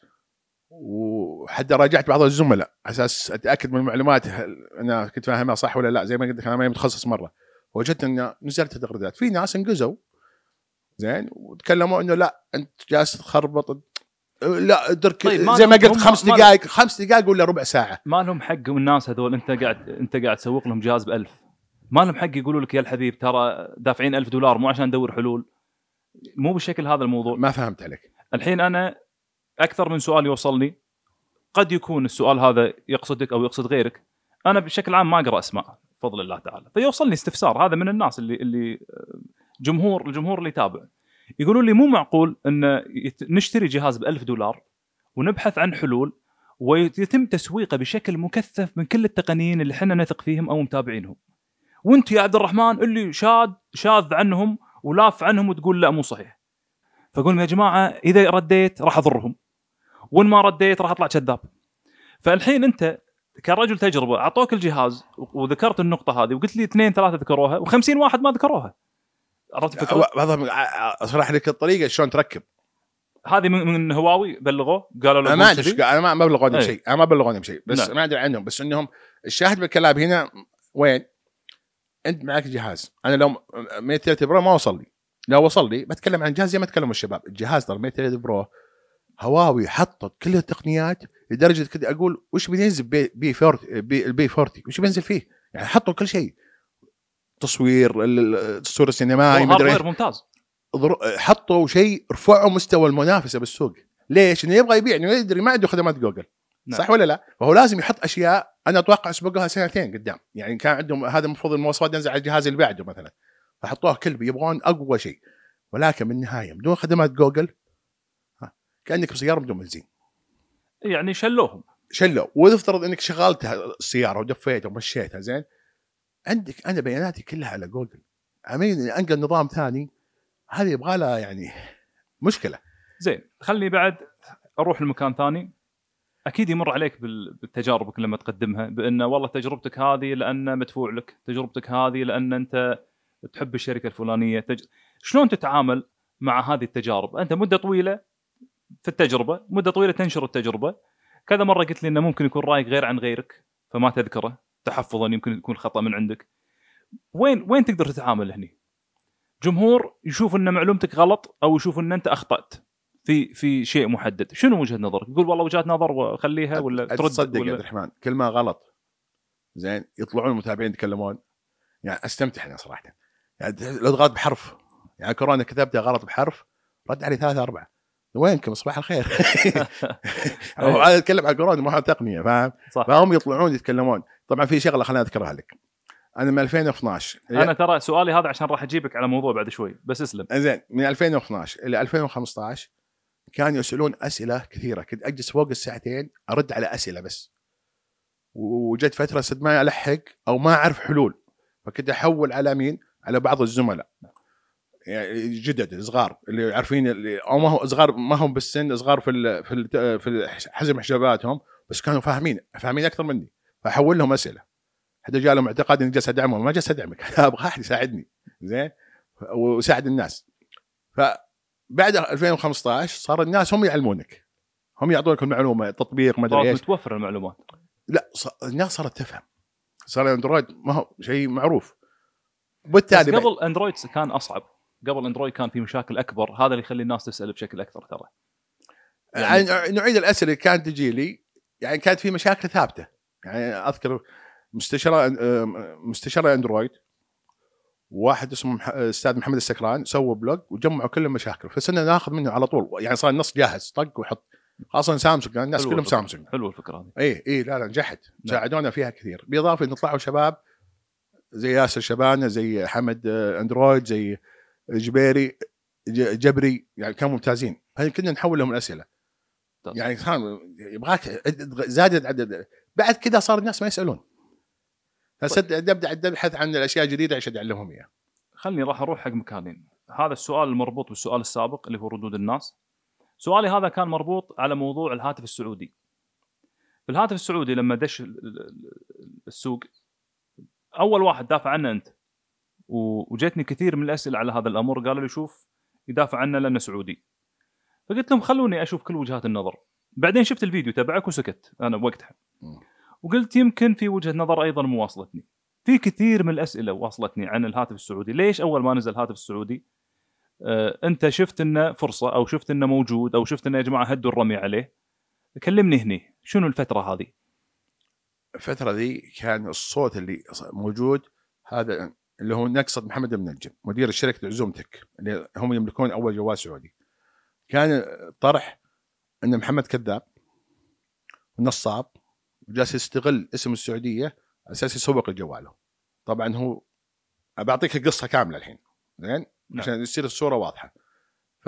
وحتى راجعت بعض الزملاء على اساس اتاكد من المعلومات انا كنت فاهمها صح ولا لا. زي ما قلت لك انا ما متخصص مره، وجدت ان نزلت تغريدات في ناس انقزوا زين وتكلموا انه لا انت جالس تخربط، لا درك طيب زي ما قلت خمس دقائق خمس دقائق ولا ربع ساعه. ما لهم حق الناس هذول؟ انت قاعد انت قاعد تسوق لهم جهاز بألف، ما لهم حق يقولوا لك يا الحبيب ترى دافعين ألف دولار مو عشان ندور حلول؟ مو بالشكل هذا الموضوع. ما فهمت عليك. الحين انا اكثر من سؤال يوصلني، قد يكون السؤال هذا يقصدك او يقصد غيرك. انا بشكل عام ما اقرا اسماء بفضل الله تعالى، فيوصلني استفسار هذا من الناس اللي اللي جمهور الجمهور اللي يتابع، يقولون لي مو معقول ان نشتري جهاز بألف دولار ونبحث عن حلول ويتم تسويقه بشكل مكثف من كل التقنيين اللي احنا نثق فيهم او متابعينهم، وانت يا عبد الرحمن اللي شاذ شاذ عنهم ولاف عنهم وتقول لا مو صحيح. فقول يا جماعه اذا رديت راح اضرهم، وان ما رديت راح اطلع كذاب. فالحين انت كرجل تجربه اعطوك الجهاز وذكرت النقطه هذه وقلت لي اثنين ثلاثه ذكروها وخمسين واحد ما ذكروها. عرفت الفكره؟ بعضهم اشرح لك الطريقه شلون تركب. هذه من, من هواوي بلغوه قالوا له ما ادري، انا ما ما بلغوني بشيء، انا ما بلغوني بشيء، بس ما ادري عنهم. بس انهم الشاهد بالكلام هنا وين؟ انت معك جهاز، انا لو مية وثلاثين برو ما وصل لي، لو وصل لي بتكلم عن جهاز زي ما تكلموا الشباب. الجهاز ترى مية وثلاثين برو هواوي حطت كل التقنيات لدرجه كده اقول وش بينزل بي بي أربعين بي البي أربعين وش بينزل فيه، يعني حطوا كل شيء، تصوير التصوير السينمائي مدري ممتاز، حطوا شيء رفعوا مستوى المنافسه بالسوق. ليش؟ انه يبغى يبيع، انه يدري ما عنده خدمات جوجل. نعم. صح ولا لا؟ فهو لازم يحط اشياء انا اتوقع سبقوها سنتين قدام، يعني كان عندهم هذا المفروض المواصفات ينزل على الجهاز اللي بعده مثلا، فحطوها كل يبغون اقوى شيء، ولكن بالنهايه بدون خدمات جوجل كانك بسياره بدون بنزين. يعني شلوهم شلوا. ويفترض انك شغلتها السياره ودفيتها ومشيتها زين، عندك انا بياناتي كلها على جوجل. عمين انقل نظام ثاني، هذه يبغى لها يعني مشكله. زين خلني بعد اروح لمكان ثاني. اكيد يمر عليك بالتجارب لما تقدمها، بان والله تجربتك هذه لان مدفوع لك، تجربتك هذه لان انت تحب الشركه الفلانيه. تج... شلون تتعامل مع هذه التجارب؟ انت مده طويله في التجربه، مده طويله تنشر التجربه. كذا مره قلت لي انه ممكن يكون رايك غير عن غيرك فما تذكره تحفظا، يمكن يكون خطا من عندك. وين وين تقدر تتعامل هني؟ جمهور يشوف ان معلومتك غلط او يشوف ان انت اخطات في في شيء محدد، شنو وجهه نظرك؟ يقول والله وجهه نظر وخليها، ولا ترد؟ تصدق ولا يا عبد الرحمن كل ما غلط زين يطلعون المتابعين يتكلمون، يعني استمتع انا صراحه. يعني لو ضغطت بحرف، يعني كورونا كتبتها غلط بحرف رد علي ثلاثة أربعة، وينكم صباح الخير. انا اتكلم عن كورونا مو تقنيه، فاهم؟ فهم يطلعون يتكلمون. طبعا في شغله خليني اذكرها لك. انا من ألفين واثناشر انا ترى سؤالي هذا عشان راح اجيبك على موضوع بعد شوي، بس اسلم. زين من ألفين واثناشر الى ألفين وخمسطعش كانوا يسالون اسئله كثيره، كنت اجلس فوق الساعتين ارد على اسئله بس. وجت فتره صد ما الحق او ما اعرف حلول، فكنت احول على مين؟ على بعض الزملاء يعني جدد صغار اللي عارفين، اللي او ما هو صغار، ما هم بالسن، صغار في ال في ال في حزم حساباتهم، بس كانوا فاهمين فاهمين اكثر مني. فاحول لهم اسئله. حتى جاء لهم اعتقاد اني جالس ادعمهم، ما جالس ادعمك، ابغى احد يساعدني زين ويساعد الناس. فبعد ألفين وخمسطعش صار الناس هم يعلمونك، هم يعطونك المعلومه، تطبيق ما ادري ايش، متوفر المعلومات. لا الناس صارت تفهم، صار اندرويد ما هو شيء معروف. بالتالي بس قبل اندرويد كان اصعب، قبل اندرويد كان في مشاكل اكبر، هذا اللي يخلي الناس تسال بشكل اكثر ترى. يعني, يعني نوعيه الاسئله اللي كانت تجي لي يعني كانت في مشاكل ثابته. يعني اذكر مستشار مستشار اندرويد واحد اسمه استاذ محمد السكران سووا بلوج وجمعوا كل المشاكل، فصرنا ناخذ منه على طول. يعني صار النص جاهز طق وحط، خاصه سامسونج الناس كلهم سامسونج. حلوه الفكره هذه. اي اي لا لا نجحت، ساعدونا فيها كثير. بالاضافه ان طلعوا شباب زي ياسر شبانه، زي حمد اندرويد، زي جبيري جبري، يعني كانوا ممتازين. هذه كنا نحول لهم الاسئله. يعني كان يبغاك زادت عدد. بعد كذا صار الناس ما يسالون، فسد ابدا ابحث عن الاشياء الجديده عشان اعلمهم اياها. خلني راح اروح حق مكانين. هذا السؤال المربوط بالسؤال السابق اللي هو ردود الناس. سؤالي هذا كان مربوط على موضوع الهاتف السعودي. في الهاتف السعودي لما دش السوق، اول واحد دافع عنه انت، وجتني كثير من الاسئله على هذا الامر. قالوا لي شوف يدافع عنه لانه سعودي. فقلت لهم خلوني اشوف كل وجهات النظر. بعدين شفت الفيديو تبعك وسكت انا بوقتها، وقلت يمكن في وجهه نظر ايضا مو واصلتني. في كثير من الاسئله واصلتني عن الهاتف السعودي. ليش اول ما نزل الهاتف السعودي آه انت شفت انه فرصه، او شفت انه موجود، او شفت انه يا جماعه هدوا الرمي عليه؟ كلمني هني شنو الفتره هذه. الفتره ذي كان الصوت اللي موجود هذا اللي هو نقصد محمد المنجم مدير شركه عزومتك اللي هم يملكون اول جوال سعودي. كان طرح ان محمد كذاب ونصاب وجالس يستغل اسم السعوديه على اساس يسوق لجواله. طبعا هو بعطيك القصه كامله الحين زين عشان يصير الصوره واضحه. ف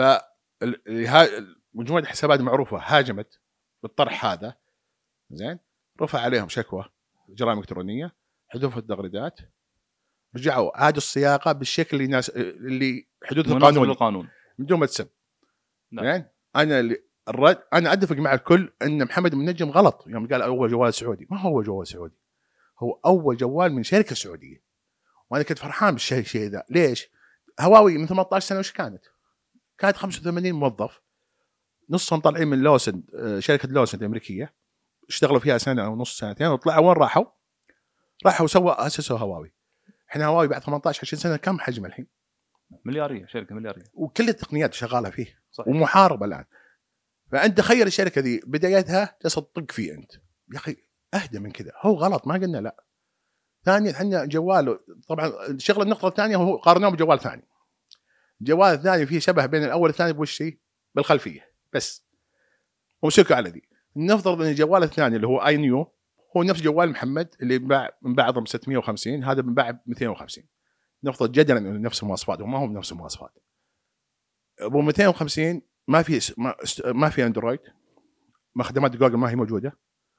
مجموعه حسابات معروفه هاجمت بالطرح هذا زين، رفع عليهم شكوى جرائم الكترونيه، حذفوا التغريدات، رجعوا عادوا السياقه بالشكل اللي ناس اللي حدود القانون القانون من دون ما تسب. زين انا اللي الرد انا اتفق مع الكل ان محمد المنجم غلط يوم قال اول جوال سعودي. ما هو اول جوال سعودي، هو اول جوال من شركه سعوديه. وانا كنت فرحان بالشيء الشيء ذا. ليش؟ هواوي من ثمانية عشر سنه وش كانت؟ كانت خمسة وثمانين موظف، نصهم طالعين من لوسن، شركه لوسن الامريكيه، اشتغلوا فيها سنه او نص سنتين وطلعوا. وين راحوا؟ راحوا سووا اسسوا هواوي. احنا هواوي بعد ثمانية عشر عشرين سنه كم حجم الحين؟ ملياريه، شركه ملياريه، وكل التقنيات شغاله فيه. صحيح. ومحاربه الان. فانت تخيل الشركه ذي بدايتها جالس تطق فيه انت، يا اخي اهدى من كذا. هو غلط ما قلنا لا. ثانيا احنا جواله طبعا الشغله النقطه الثانيه هو قارناه بجوال ثاني. الجوال الثاني فيه شبه بين الاول والثاني بوش شيء بالخلفيه بس ومسكوا على ذي. نفترض ان الجوال الثاني اللي هو اي نيو هو نفس جوال محمد اللي باع من بعضهم ستمية وخمسين، هذا من باع مئتين وخمسين. نفترض جدلا انه نفس المواصفات وما هم نفس المواصفات. ابو مئتين وخمسين ما في ما, ما في اندرويد، ما خدمات جوجل ما هي موجوده،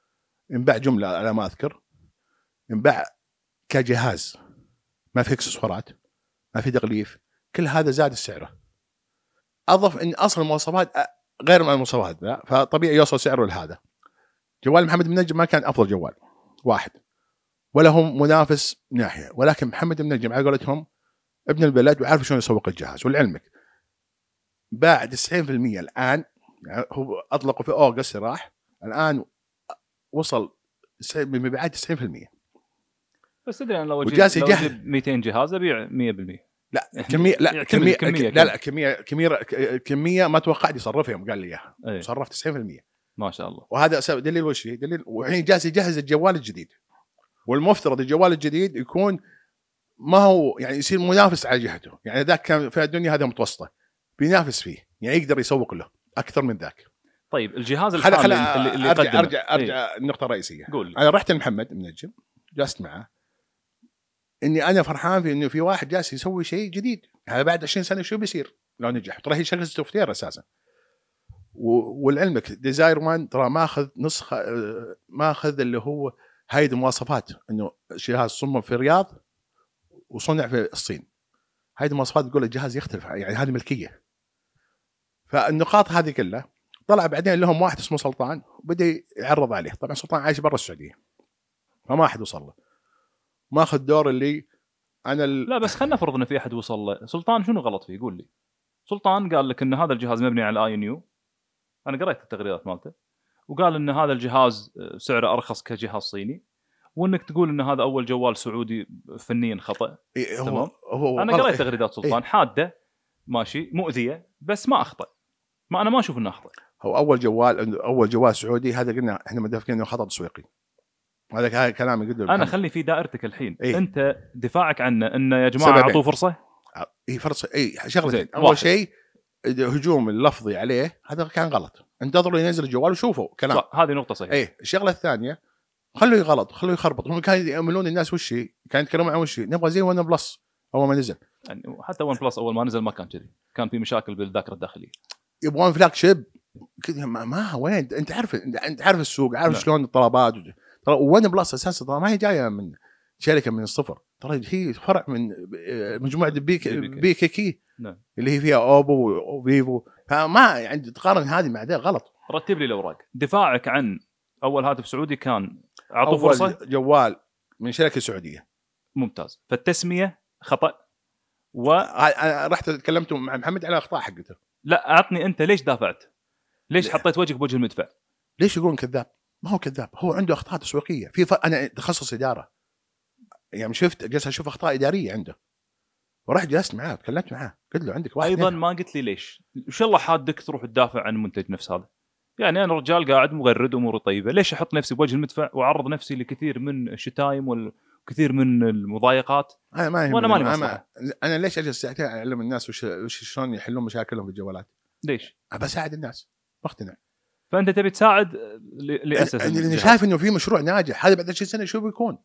ينباع جمله على ما اذكر، ينباع كجهاز ما في اكسسوارات ما في تغليف، كل هذا زاد سعره. اضف ان اصل المواصفات غير من المواصفات، فطبيعي يوصل سعره لهذا. جوال محمد بن نجم ما كان افضل جوال واحد ولا هم منافس من ناحيه، ولكن محمد بن نجم على قولتهم ابن البلد وعارف شلون يسوق الجهاز. ولعلمك باع تسعين بالمئة الان، يعني هو اطلقوا في اوغست راح، الان وصل بمبيعات تسعين بالمئة. بس تدري انا لو اجيب لو اجيب مئتين جهاز ابيع مئة بالمئة. لا كميه لا كميه, كمية لا لا كميه كميه كميه ما توقعت يصرفها يوم قال لي اياها. أيه. صرف تسعين بالمئة ما شاء الله. وهذا دليل وش دليل. والحين جالس يجهز الجوال الجديد، والمفترض الجوال الجديد يكون ما هو يعني يصير منافس على جهته، يعني ذاك كان في الدنيا هذا متوسطه بينافس فيه، يعني يقدر يسوق له اكثر من ذاك. طيب الجهاز الحالي خل... اللي, اللي ارجع قدمه. ارجع ارجع إيه؟ النقطه الرئيسيه. قول. انا رحت لمحمد بن نجم جلست معه، اني انا فرحان في انه في واحد جالس يسوي شيء جديد. هذا بعد عشرين سنه شو بيصير لو نجح؟ ترى هي شركه سوفت وير اساسا. والعلمك ديزاير مان ترى ماخذ نسخه، ماخذ اللي هو هاي المواصفات انه جهاز صمم في الرياض وصنع في الصين. هاي المواصفات تقول الجهاز يختلف، يعني هذه ملكيه. فالنقاط هذه كلها طلع بعدين لهم واحد اسمه سلطان وبدا يعرض عليه. طبعا سلطان عايش برا السعوديه فما احد وصل له، ماخذ دور اللي انا ال... لا بس خلينا نفرض ان في احد وصل له. سلطان شنو غلط فيه؟ قول لي. سلطان قال لك ان هذا الجهاز مبني على اي ان يو، انا قريت التغريدات مالته، وقال ان هذا الجهاز سعره ارخص كجهاز صيني، وانك تقول ان هذا اول جوال سعودي فنيا خطا. إيه هو تمام. هو انا قريت تغريدات سلطان إيه؟ حاده ماشي مؤذيه بس ما اخطا. ما انا ما اشوف انه اخطا. هو اول جوال اول جوال سعودي، هذا قلنا احنا متفقين انه خطا تسويقي. هذا كلام يقول انا خلي في دائرتك الحين. إيه؟ انت دفاعك عنه انه يا جماعه اعطوه فرصه. اي فرصه. اي شغله اول شيء الهجوم اللفظي عليه هذا كان غلط. انتظروا ينزل الجوال وشوفوا كلام. هذه نقطه صحيحه. اي الشغله الثانيه خلوه غلط، خلوه يخربط. هم كانوا يأملون الناس وش هي، كانوا يتكلمون عن وش هي، نبغى زي ون بلس اول ما نزل. يعني حتى ون بلس اول ما نزل ما كان كذي، كان في مشاكل بالذاكره الداخليه. يبغون فلاج شيب كذا ما, ما وين. انت عارف انت عارف السوق، عارف لا. شلون الطلبات. ترى ون بلس اساسا ترى ما هي جايه من شركه من الصفر، ترى هي فرع من مجموعه بيك بيكي نعم. اللي هي فيها اوبو وفيفو. فما يعني تقارن هذه مع ذا غلط. رتب لي الاوراق. دفاعك عن اول هاتف سعودي كان اعطوا فرصه. جوال من شركه سعوديه ممتاز. فالتسميه خطا. و انا رحت تكلمت مع محمد على اخطاء حقته. لا اعطني انت ليش دافعت؟ ليش لا. حطيت وجهك بوجه المدفع؟ ليش يقولون كذاب؟ ما هو كذاب، هو عنده اخطاء تسويقيه. في ف... انا تخصص اداره، يعني شفت جلست اشوف اخطاء اداريه عنده، ورحت جلست معاه تكلمت معاه قلت له عندك واحد ايضا ما قلت لي ليش ان شاء الله حادك تروح تدافع عن المنتج نفس هذا. يعني انا رجال قاعد مغرد اموره طيبه، ليش احط نفسي بوجه المدفع واعرض نفسي لكثير من الشتايم وكثير من المضايقات؟ انا ما وانا ماني مصلحه. انا ليش اجلس ساعتين اعلم الناس وش وش شلون يحلون مشاكلهم في الجوالات؟ ليش؟ ابى اساعد الناس مقتنع. فانت تبي تساعد لاساس انا شايف انه في مشروع ناجح. هذا بعد عشرين سنه شو بيكون؟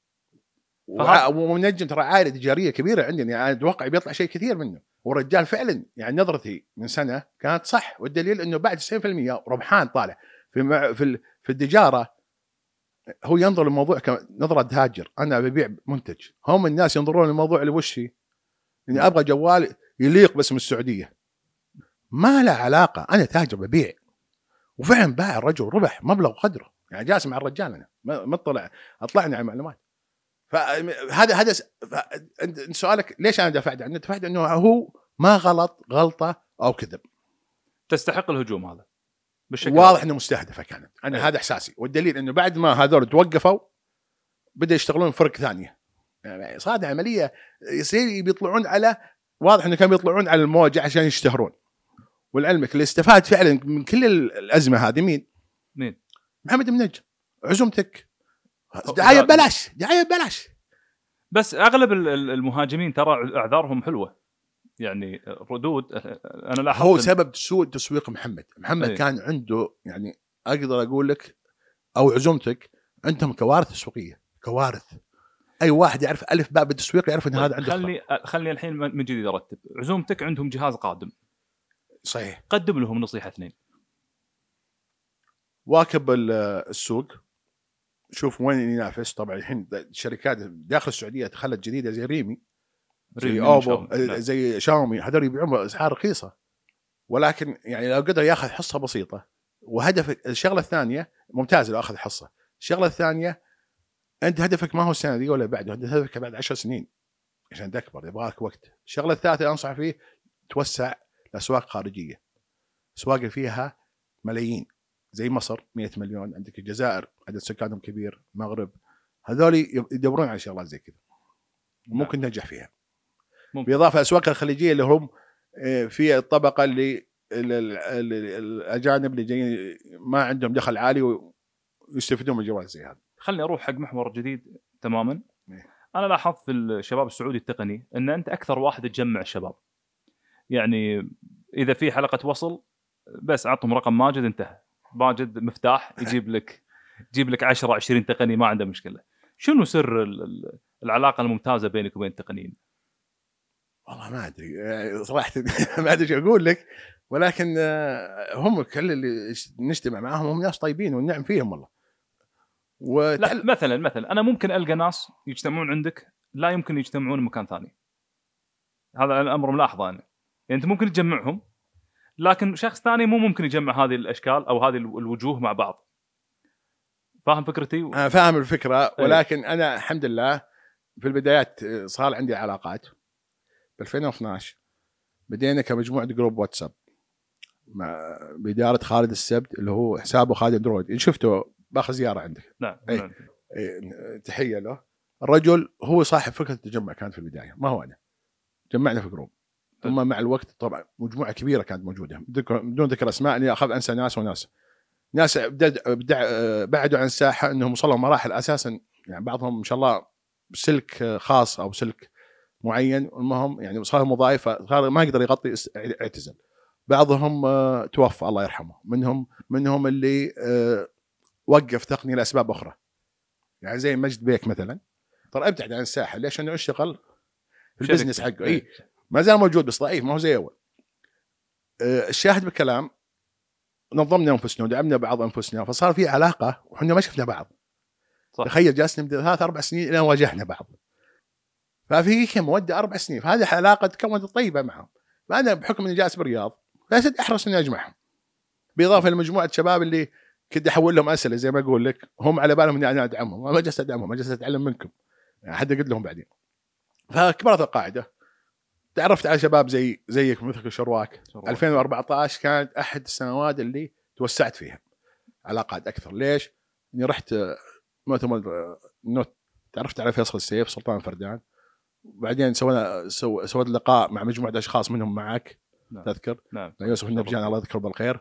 ومنجم ترى عائله تجاريه كبيره عندنا، يعني اتوقع بيطلع شيء كثير منه. ورجال فعلا يعني نظرتي من سنه كانت صح، والدليل انه بعد تسعين بالمئة ربحان طالع في في في التجاره. هو ينظر للموضوع كنظره تاجر، انا ببيع منتج. هم الناس ينظرون للموضوع اللي وش هي، اني ابغى جوال يليق باسم السعوديه. ما له علاقه، انا تاجر ببيع. وفعلا باع الرجل ربح مبلغ قدره، يعني جالس مع الرجال انا ما طلع اطلعنا على المعلومات. فهذا هذا انت سؤالك ليش انا دفعت عنه؟ دفعت انه هو ما غلط غلطه او كذب تستحق الهجوم. هذا بالشكل واضح انه مستهدفه كانت. انا أيه. هذا احساسي. والدليل انه بعد ما هذول توقفوا بدا يشتغلون فرق ثانيه، يعني صارت عمليه يصير بيطلعون على، واضح انه كانوا بيطلعون على الموجه عشان يشتهرون. والعلمك اللي استفاد فعلا من كل الازمه هذه مين؟ مين؟ محمد بن نجم. عزومتك دعايه ببلاش، دعايه ببلاش. بس اغلب المهاجمين ترى اعذارهم حلوه، يعني ردود. انا لاحظت هو سبب سوء تسويق محمد. محمد أيه. كان عنده يعني اقدر اقول لك او عزومتك عندهم كوارث تسويقيه، كوارث. اي واحد يعرف الف باء بالتسويق يعرف ان هذا عنده. خلني خلني الحين من جديد ارتب. عزومتك عندهم جهاز قادم صحيح، قدم لهم نصيحه اثنين. واكب السوق شوف وين ينافس. طبعا الحين الشركات داخل السعوديه دخلت جديده زي ريمي، زي اوبو، زي شاومي، هذول يبيعون باسعار رخيصه، ولكن يعني لو قدر ياخذ حصه بسيطه. وهدف الشغله الثانيه ممتازه لو اخذ حصه. الشغله الثانيه انت هدفك ما هو السنه دي ولا بعد، هدفك بعد عشر سنين عشان تكبر، يبغاك وقت. الشغله الثالثه انصح فيه توسع لاسواق خارجيه، اسواق فيها ملايين زي مصر مئة مليون، عندك الجزائر عدد سكانهم كبير، المغرب، هذول يدورون على شغلات زي كذا ممكن تنجح فيها. ممكن. بالاضافه الاسواق الخليجيه اللي هم في الطبقه اللي الاجانب اللي جايين ما عندهم دخل عالي ويستفيدون من الجوائز زي هذا. خلني اروح حق محور جديد تماما. انا لاحظت في الشباب السعودي التقني ان انت اكثر واحد تجمع الشباب. يعني اذا في حلقه وصل بس اعطهم رقم ماجد، انتهى. ماجد مفتاح يجيب لك يجيب لك عشرة عشرين تقني ما عنده مشكله. شنو سر العلاقه الممتازه بينك وبين التقنيين؟ والله ما ادري صراحه ما ادري شو اقول لك، ولكن هم كل اللي نجتمع معهم هم ناس طيبين والنعم فيهم والله. وتعل... لا مثلا مثلا انا ممكن القى ناس يجتمعون عندك لا يمكن يجتمعون مكان ثاني. هذا الامر ملاحظه انا. يعني انت ممكن تجمعهم لكن شخص ثاني مو ممكن يجمع هذه الاشكال او هذه الوجوه مع بعض. فاهم فكرتي؟ انا فاهم الفكره، ولكن أي. انا الحمد لله في البدايات صار عندي علاقات. ب ألفين واثناشر بدينا كمجموعه جروب واتساب مع بإدارة خالد السبت اللي هو حسابه خالد اندرويد، ان شفته باخذ زياره عندك. نعم. أي. نعم. أي. تحيه له. الرجل هو صاحب فكره التجمع كانت في البدايه، ما هو انا. جمعنا في جروب ثم مع الوقت طبعا مجموعه كبيره كانت موجوده بدون ذكر اسماء، اني اخاف انسى ناس وناس. ناس بعدوا عن الساحه انهم وصلوا مراحل اساسا، يعني بعضهم ان شاء الله بسلك خاص او سلك معين، المهم يعني صار وظائف ما يقدر يغطي اعتزل. بعضهم توفى الله يرحمه، منهم منهم اللي وقف تقنيه لاسباب اخرى، يعني زي مجد بيك مثلا ترى ابتعد عن الساحه. ليش؟ انه اشتغل في البزنس حقه. اي ما زال موجود بس ضعيف، ما هو زي اول. الشاهد بالكلام نظمنا انفسنا ودعمنا بعض انفسنا، فصار في علاقه وحنا ما شفنا بعض. صح. تخيل جالسين ثلاث اربع سنين الى واجهنا بعض، ففي كم مده اربع سنين، فهذه علاقه تكونت طيبه معهم. فانا بحكم اني جالس بالرياض فاسد احرص اني اجمعهم، بالاضافه لمجموعه شباب اللي كنت احول لهم اسئله زي ما اقول لك، هم على بالهم اني انا ادعمهم، ما جلست ادعمهم، ما جلست اتعلم منكم، يعني حد قلت لهم بعدين. فكبرت القاعده، تعرفت على شباب زي زيك مثل الشرواك. ألفين وأربعة عشر كانت احد السنوات اللي توسعت فيها علاقات اكثر. ليش؟ اني رحت مؤتمر نوت، تعرفت على فيصل السيف سلطان فردان، وبعدين سوينا سو... سويت لقاء مع مجموعه اشخاص منهم معك. نعم. تذكر نعم. يوسف النبجان الله يذكره بالخير،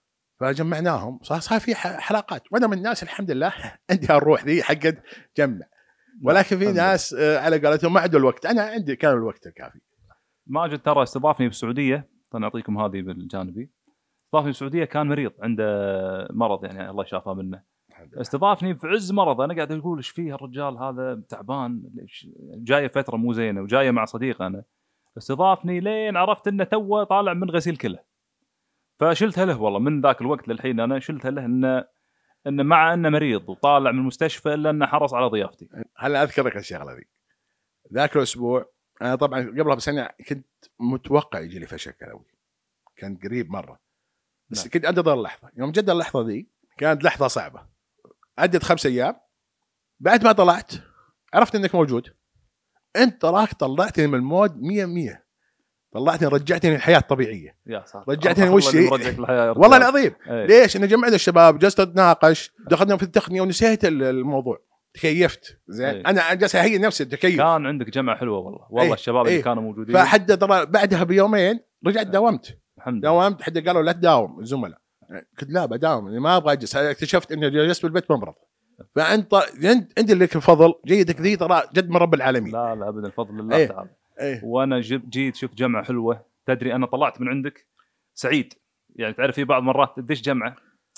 فجمعناهم. صار صار في حلقات، وانا من الناس الحمد لله عندي الروح ذي حقت جمع. ولكن في ناس على قولتهم ما عندهم الوقت، انا عندي كان الوقت الكافي. ماجد ترى استضافني بالسعوديه، نعطيكم هذه بالجانبي. استضافني بالسعوديه كان مريض، عنده مرض يعني الله يشافى منه. استضافني في عز مرض، انا قاعد اقول ايش فيه الرجال هذا تعبان، جايه فتره مو زينه وجايه مع صديق انا. استضافني لين عرفت انه توه طالع من غسيل كلى، فشلتها له والله. من ذاك الوقت للحين انا شلتها له انه انه مع انه مريض وطالع من المستشفى الا انه حرص على ضيافتي. هل اذكرك الشغله ذي؟ ذاك الاسبوع انا طبعا قبلها بسنه كنت متوقع يجي لي فشل كلوي، كان قريب مره، بس لا. كنت انتظر اللحظه. يوم جد اللحظه ذي كانت لحظه صعبه. عدت خمس ايام بعد ما طلعت عرفت انك موجود. انت راك طلعتني من المود مية مية، طلعتني رجعتني الحياه الطبيعيه. يا صح. رجعتني وش والله العظيم. أي. ليش؟ انا جمعنا الشباب جلست اتناقش، دخلنا في التقنيه ونسيت الموضوع، تكيفت زين. انا جالس اهيئ نفسي التكيف. كان عندك جمعه حلوه والله والله. أي. الشباب أي. اللي كانوا موجودين فحد بعدها بيومين رجعت داومت. داومت حد قالوا لا تداوم الزملاء، قلت لا بداوم، ما ابغى اجلس. اكتشفت اني جلست بالبيت ممرض. فانت انت اللي لك الفضل، جيدك ذي ترى جد من رب العالمين. لا لا ابدا، الفضل لله ايه تعالى. ايه. وانا جيت شفت جمعه حلوه. تدري انا طلعت من عندك سعيد، يعني تعرف في بعض مرات تدش جمعه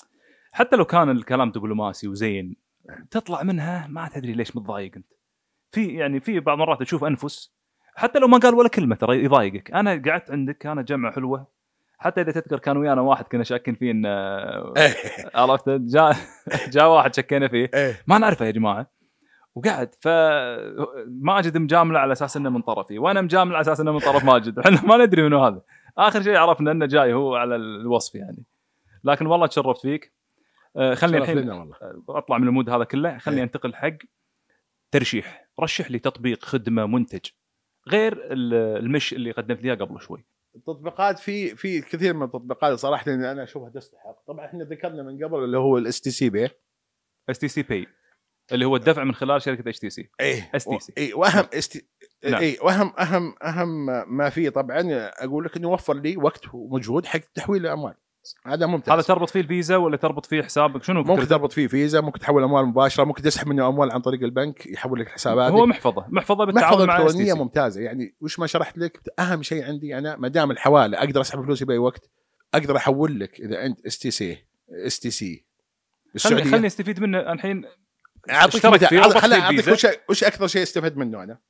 حتى لو كان الكلام دبلوماسي وزين تطلع منها ما تدري ليش متضايق انت. في يعني في بعض مرات تشوف انفس حتى لو ما قال ولا كلمه ترى يضايقك. انا قعدت عندك كانت جمعه حلوه، حتى اذا تذكر كان ويانا واحد كنا شاكين فيه ان عرفت جاء جاء واحد شكينا فيه إيه. ما نعرفه يا جماعه وقعد فماجد مجامله على اساس انه من طرفي وانا مجامل على اساس انه من طرف ماجد احنا ما ندري منو هذا. اخر شيء عرفنا انه جاي هو على الوصف يعني. لكن والله تشرفت فيك. آه خلني الحين اطلع من المود هذا كله. خلني ايه. انتقل حق ترشيح. رشح لي تطبيق خدمه منتج غير المش اللي قدمت لي قبل شوي. التطبيقات في في كثير من التطبيقات صراحه انا اشوفها تستحق. طبعا احنا ذكرنا من قبل اللي هو الاس تي سي بي اس تي سي باي اللي هو الدفع من خلال شركه اتش تي سي. ايه اس تي سي اي واهم استي... نعم. اي واهم اهم اهم ما فيه طبعا اقول لك انه يوفر لي وقت ومجهود حق تحويل الاموال. هذا ممتاز. هذا تربط فيه الفيزا ولا تربط فيه حسابك؟ شنو ممكن تربط فيه فيزا، ممكن تحول اموال مباشره، ممكن تسحب منه اموال عن طريق البنك يحول لك حساباتك. هو محفظه محفظه بالتعاون مع اس تي سي ممتازه. يعني وش ما شرحت لك اهم شيء عندي انا ما دام الحواله اقدر اسحب فلوسي باي وقت، اقدر احول لك اذا انت اس تي سي اس تي سي بالسعوديه. خليني استفيد منه الحين. اعطيك خليني اعطيك وش وش اكثر شيء استفدت منه انا.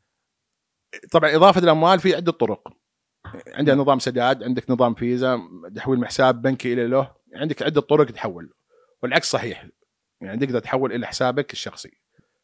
طبعا اضافه الاموال في عده طرق. عندنا نظام سداد، عندك نظام فيزا، تحويل من حساب بنكي الى له، عندك عده طرق تحول. والعكس صحيح، يعني تقدر تحول الى حسابك الشخصي.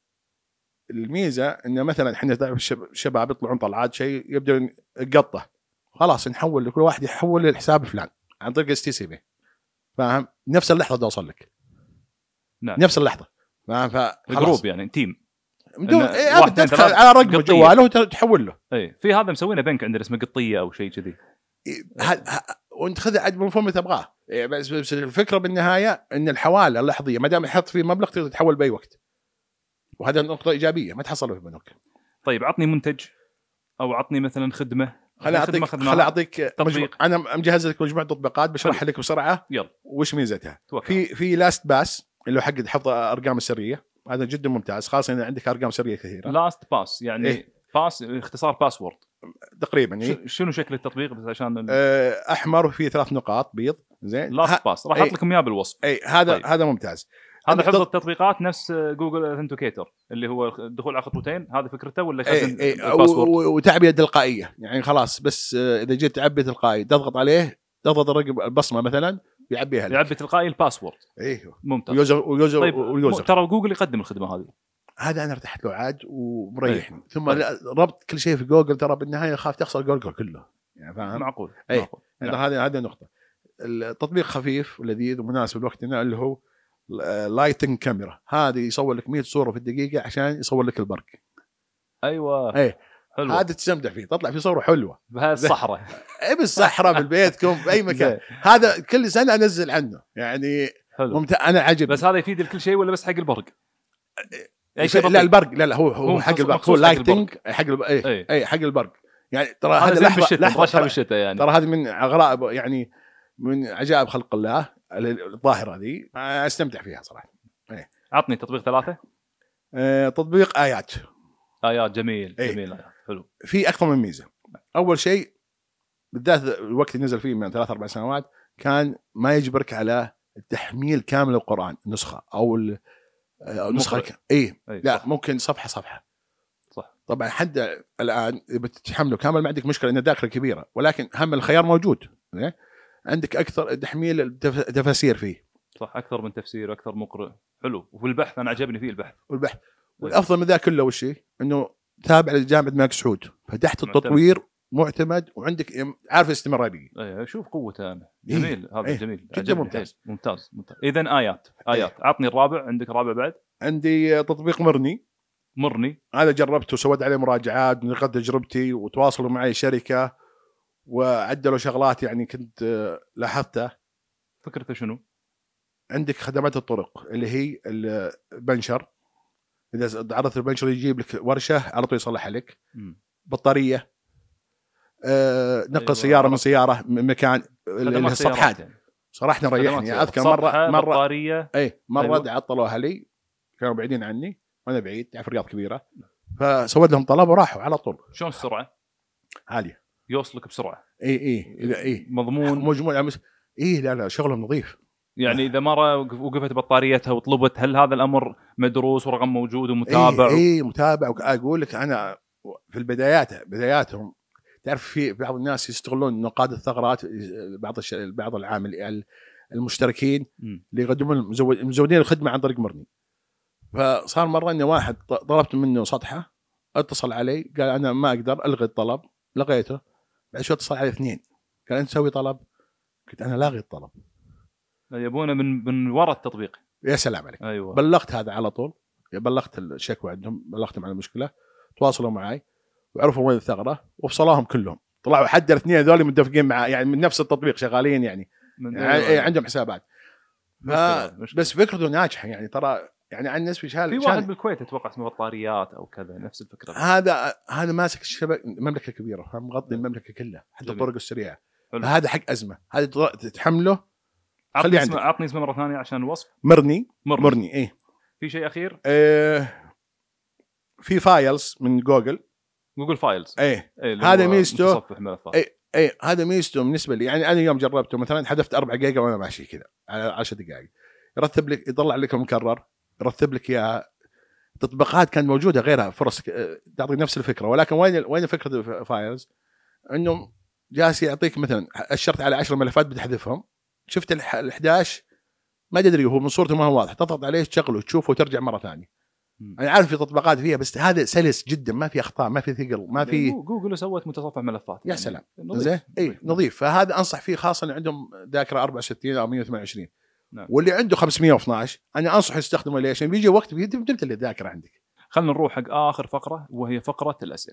الميزه انه مثلا احنا الشباب يطلعون طلعات شيء يبدأ يقطه، خلاص نحول لكل واحد يحول للحساب فلان عن طريق اس تي سي بي. فاهم؟ نفس اللحظه توصل لك. نعم. نفس اللحظه. فاهم؟ فجروب يعني تيم بدون إيه تدخل على رقم جواله وتحول له. اي في هذا مسوينا بنك عندنا اسمه قطيه او شيء كذي. إيه وانت خذ عاد مفهوم اللي تبغاه. إيه بس, بس الفكره بالنهايه ان الحواله اللحظيه ما دام يحط فيه مبلغ تقدر تحول باي وقت. وهذا نقطه ايجابيه ما تحصل في البنوك. طيب عطني منتج او عطني مثلا خدمه. خليني اعطيك خليني اعطيك مجموع. انا مجهز لك مجموعه تطبيقات بشرح لك بسرعه. يلا. وش ميزتها؟ توقع. في في لاست باس اللي هو حق حفظ ارقام السريه. هذا جدا ممتاز خاصه اذا عندك ارقام سريه كثيره. لاست باس يعني إيه؟ باس اختصار باسورد تقريبا. إيه؟ شنو شكل التطبيق بس عشان ال... أه احمر وفيه ثلاث نقاط بيض. زين لاست باس راح احط لكم اياه بالوصف. اي هذا طيب. هذا ممتاز. هذا حفظ التطبيقات نفس جوجل اثنتيكيتور اللي هو الدخول على خطوتين. هذه فكرته ولا خزن الباسورد وتعبئه تلقائيه. يعني خلاص بس اذا جيت تعبي تلقائي تضغط عليه تضغط الرقم البصمه مثلا يعبيها لك. يعبي تلقائي الباسورد. ايوه ممتاز. ويوزر ويوزر طيب ويوزر. ترى جوجل يقدم الخدمه هذه. هذا انا ارتحت له عاد ومريحني. أيه. ثم طيب. ربط كل شيء في جوجل ترى بالنهايه خاف تخسر جوجل كله. يعني فاهم؟ معقول. أيه. معقول. يعني نعم. هذه هذه نقطه. التطبيق خفيف ولذيذ ومناسب لوقتنا اللي هو لايتنج كاميرا. هذه يصور لك مية صوره في الدقيقه عشان يصور لك البرق. ايوه. ايه هذا تستمتع فيه تطلع في صوره حلوه بهالصحراء. اي بالصحراء بالبيتكم في اي مكان. هذا كل سنه انزل عنه يعني ممتع. انا عجب. بس هذا يفيد لكل شيء ولا بس حق البرق؟ اي شيء لا البرق لا لا هو هو حق البرق. هو لايتنج حق البرق. اي اي حق البرق. يعني ترى هذا لحظه لحظه بالشتاء يعني. ترى هذه من غرائب يعني من عجائب خلق الله الظاهره هذه. استمتع فيها صراحه. ايه عطني تطبيق ثلاثه. آه تطبيق ايات. ايات جميل. ايه. جميل ايات حلو. في اكثر من ميزه. اول شيء بالذات الوقت اللي نزل فيه من ثلاث اربع سنوات كان ما يجبرك على التحميل كامل القرآن نسخه او النسخه. اي لا صح. ممكن صفحه صفحه. صح. طبعا حد الان بتتحمله كامل ما عندك مشكله انه داخل كبيره ولكن هم الخيار موجود. عندك اكثر تحميل التفاسير فيه. صح اكثر من تفسير اكثر مقرئ حلو. وفي البحث انا عجبني فيه البحث. والبحث والافضل من ذا كله وش هي انه تابع لجامعه الملك سعود فتحت التطوير معتمد وعندك عارف استمراريه. اي شوف قوته انا. جميل. إيه؟ هذا إيه؟ جميل جدا ممتاز. ممتاز ممتاز. اذا ايات ايات إيه؟ عطني الرابع. عندك رابع بعد؟ عندي تطبيق مرني. مرني هذا جربته وسويت عليه مراجعات نقلت تجربتي وتواصلوا معي شركه وعدلوا شغلات يعني كنت لاحظتها. فكرته شنو؟ عندك خدمات الطرق اللي هي البنشر. إذا عرضت البنشر يجيب لك ورشة على طول يصلحها لك. م. بطارية. أه نقل أيوة. سيارة من سيارة من مكان الصفحات يعني. صراحة ريحني. أذكر مرة مرة بطارية. أي مرة أيوة. عطلوها لي كانوا بعيدين عني وأنا بعيد تعرف الرياض كبيرة فسويت لهم طلب وراحوا على طول. شلون السرعة؟ عالية. يوصلك بسرعة. إيه إيه إذا إيه مضمون مجموعة مس... إيه لا لا شغلهم نظيف. يعني إذا مرة وقفت بطاريتها وطلبت هل هذا الأمر مدروس ورقم موجود ومتابع؟ إيه, إيه متابع. وأقول لك أنا في البدايات بداياتهم تعرف في بعض الناس يستغلون نقاط الثغرات بعض الش... بعض العامل المشتركين م. اللي يقدمون المزود المزودين الخدمه عن طريق مرني. فصار مره ان واحد طلبت منه سطحه، اتصل علي قال انا ما اقدر الغي الطلب، لغيته. بعد شوي اتصل علي اثنين قال انت تسوي طلب، قلت انا لاغي الطلب. يبونه من من وراء التطبيق. يا سلام عليك. أيوة. بلغت هذا على طول، بلغت الشكوى عندهم، بلغتهم عن المشكله، تواصلوا معي وعرفوا وين الثغره وفصلاهم كلهم. طلعوا حد الاثنين هذول متفقين مع يعني من نفس التطبيق شغالين يعني, يعني أيوة. عندهم حسابات. مشكلة. مشكلة. بس فكرته ناجحه يعني ترى. يعني عن الناس في واحد بالكويت اتوقع اسمه بطاريات او كذا نفس الفكره. هذا هذا ماسك الشبكه مملكه كبيره، مغطي المملكه كلها حتى الطرق السريعه. هذا حق ازمه، هذا تحمله. عطني اسمه عطني اسمه مره ثانيه عشان الوصف. مرني مرني, مرني. ايه في شيء اخير إيه في فايلز من جوجل جوجل فايلز. ايه, إيه هذا ميزته. ايه ايه هذا ميزته بالنسبه لي. يعني انا يوم جربته مثلا حذفت أربعة جيجا وانا ماشي كذا على عشر دقائق، يرتب لك يطلع لك المكرر، يرتب لك اياها. تطبيقات كانت موجوده غيرها فرص تعطي نفس الفكره، ولكن وين وين فكره فايلز؟ انه جالس يعطيك مثلا اشرت على عشر ملفات بتحذفهم، شفت ال إحدى عشر ما تدري هو من صورته ما هو واضح، تضغط عليه تشغله وتشوفه وترجع مره ثانيه. انا عارف في تطبيقات فيها بس هذا سلس جدا، ما في اخطاء، ما في ثقل، ما في. جوجل سوت متصفح ملفات يا سلام زين. اي نظيف. فهذا انصح فيه خاصه عندهم ذاكره أربعة وستين او مية وثمانية وعشرين. نعم. واللي عنده خمسمية واثناشر انا انصح يستخدمه. ليش؟ بيجي وقت بتمتلئ الذاكره عندك. خلينا نروح حق اخر فقره وهي فقره الاسئله.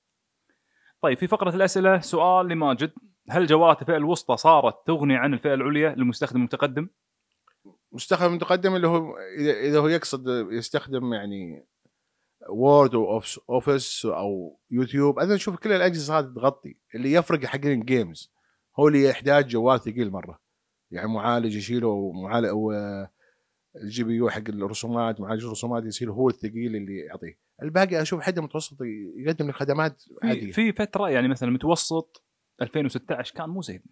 طيب في فقره الاسئله سؤال لماجد: هل جوالات الفئه الوسطى صارت تغني عن الفئه العليا للمستخدم المتقدم؟ مستخدم متقدم اللي هو اذا هو يقصد يستخدم يعني وورد او اوفيس او يوتيوب، انا اشوف كل الاجهزه هذه تغطي. اللي يفرق حق الجيمز هو اللي يحتاج جوال ثقيل مره، يعني معالج يشيله ومعالج الجي بي يو حق الرسومات، معالج الرسومات يصير هو الثقيل اللي يعطيه. الباقي اشوف حد متوسط يقدم لك خدمات عاديه. في فتره يعني مثلا متوسط ألفين وستة عشر كان مو زين،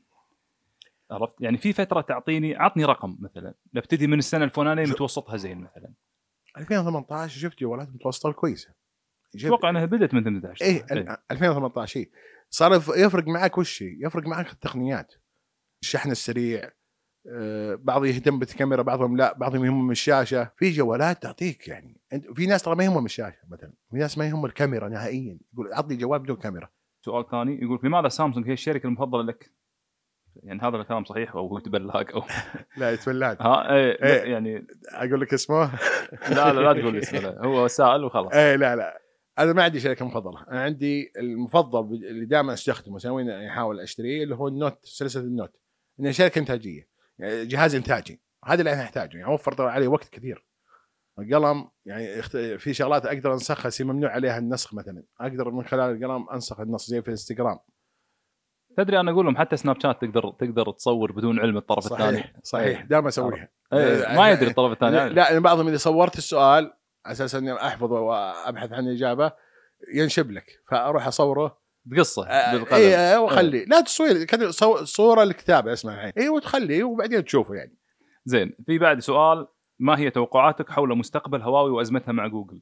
عرفت؟ يعني في فتره تعطيني عطني رقم مثلا نبتدي من السنه الفلانيه متوسطها زين. مثلا ألفين وثمانية عشر شفت جوالات متوسطه كويسه، اتوقع انها بدات من ثمانية عشر. ايه ألفين وثمانية عشر شيء صار يفرق معك. وش يفرق معك؟ التقنيات، الشحن السريع، أه بعض يهتم بالكاميرا، بعضهم لا، بعضهم يهمهم الشاشه. في جوالات تعطيك يعني في ناس ترى ما يهمهم الشاشه مثلا، في ناس ما يهمهم الكاميرا نهائيا، يقول عطني جوال بدون كاميرا. سؤال ثاني يقول لماذا سامسونج هي الشركه المفضله لك؟ يعني هذا الكلام صحيح او هو تبلاك او لا يتبلاك؟ ها ايه, إيه يعني اقول لك اسمه؟ لا لا لا تقول اسمه، لا هو سائل وخلاص. ايه لا لا انا ما عندي شركه مفضله. انا عندي المفضل اللي دائما استخدمه سوين احاول اشتريه اللي هو النوت، سلسله النوت. انها شركه انتاجيه، يعني جهاز انتاجي، هذا اللي انا احتاجه. يعني اوفر عليه وقت كثير. القلم يعني في شغلات اقدر انسخها سي ممنوع عليها النسخ، مثلا اقدر من خلال القلم انسخ النص زي في الانستغرام. تدري انا اقول لهم حتى سناب شات تقدر تقدر تصور بدون علم الطرف صحيح الثاني. صحيح دائما اسويها. أيه ما يدري الطرف الثاني. لا, لا بعضهم اذا صورت السؤال اساسا اني احفظه وابحث عن الاجابه ينشب لك، فاروح اصوره بقصه بالقلم. اي وخلي أيه. لا تصوير كذا صوره الكتابه اسمها الحين اي وتخليه وبعدين تشوفه يعني. زين. في بعد سؤال: ما هي توقعاتك حول مستقبل هواوي وازمتها مع جوجل؟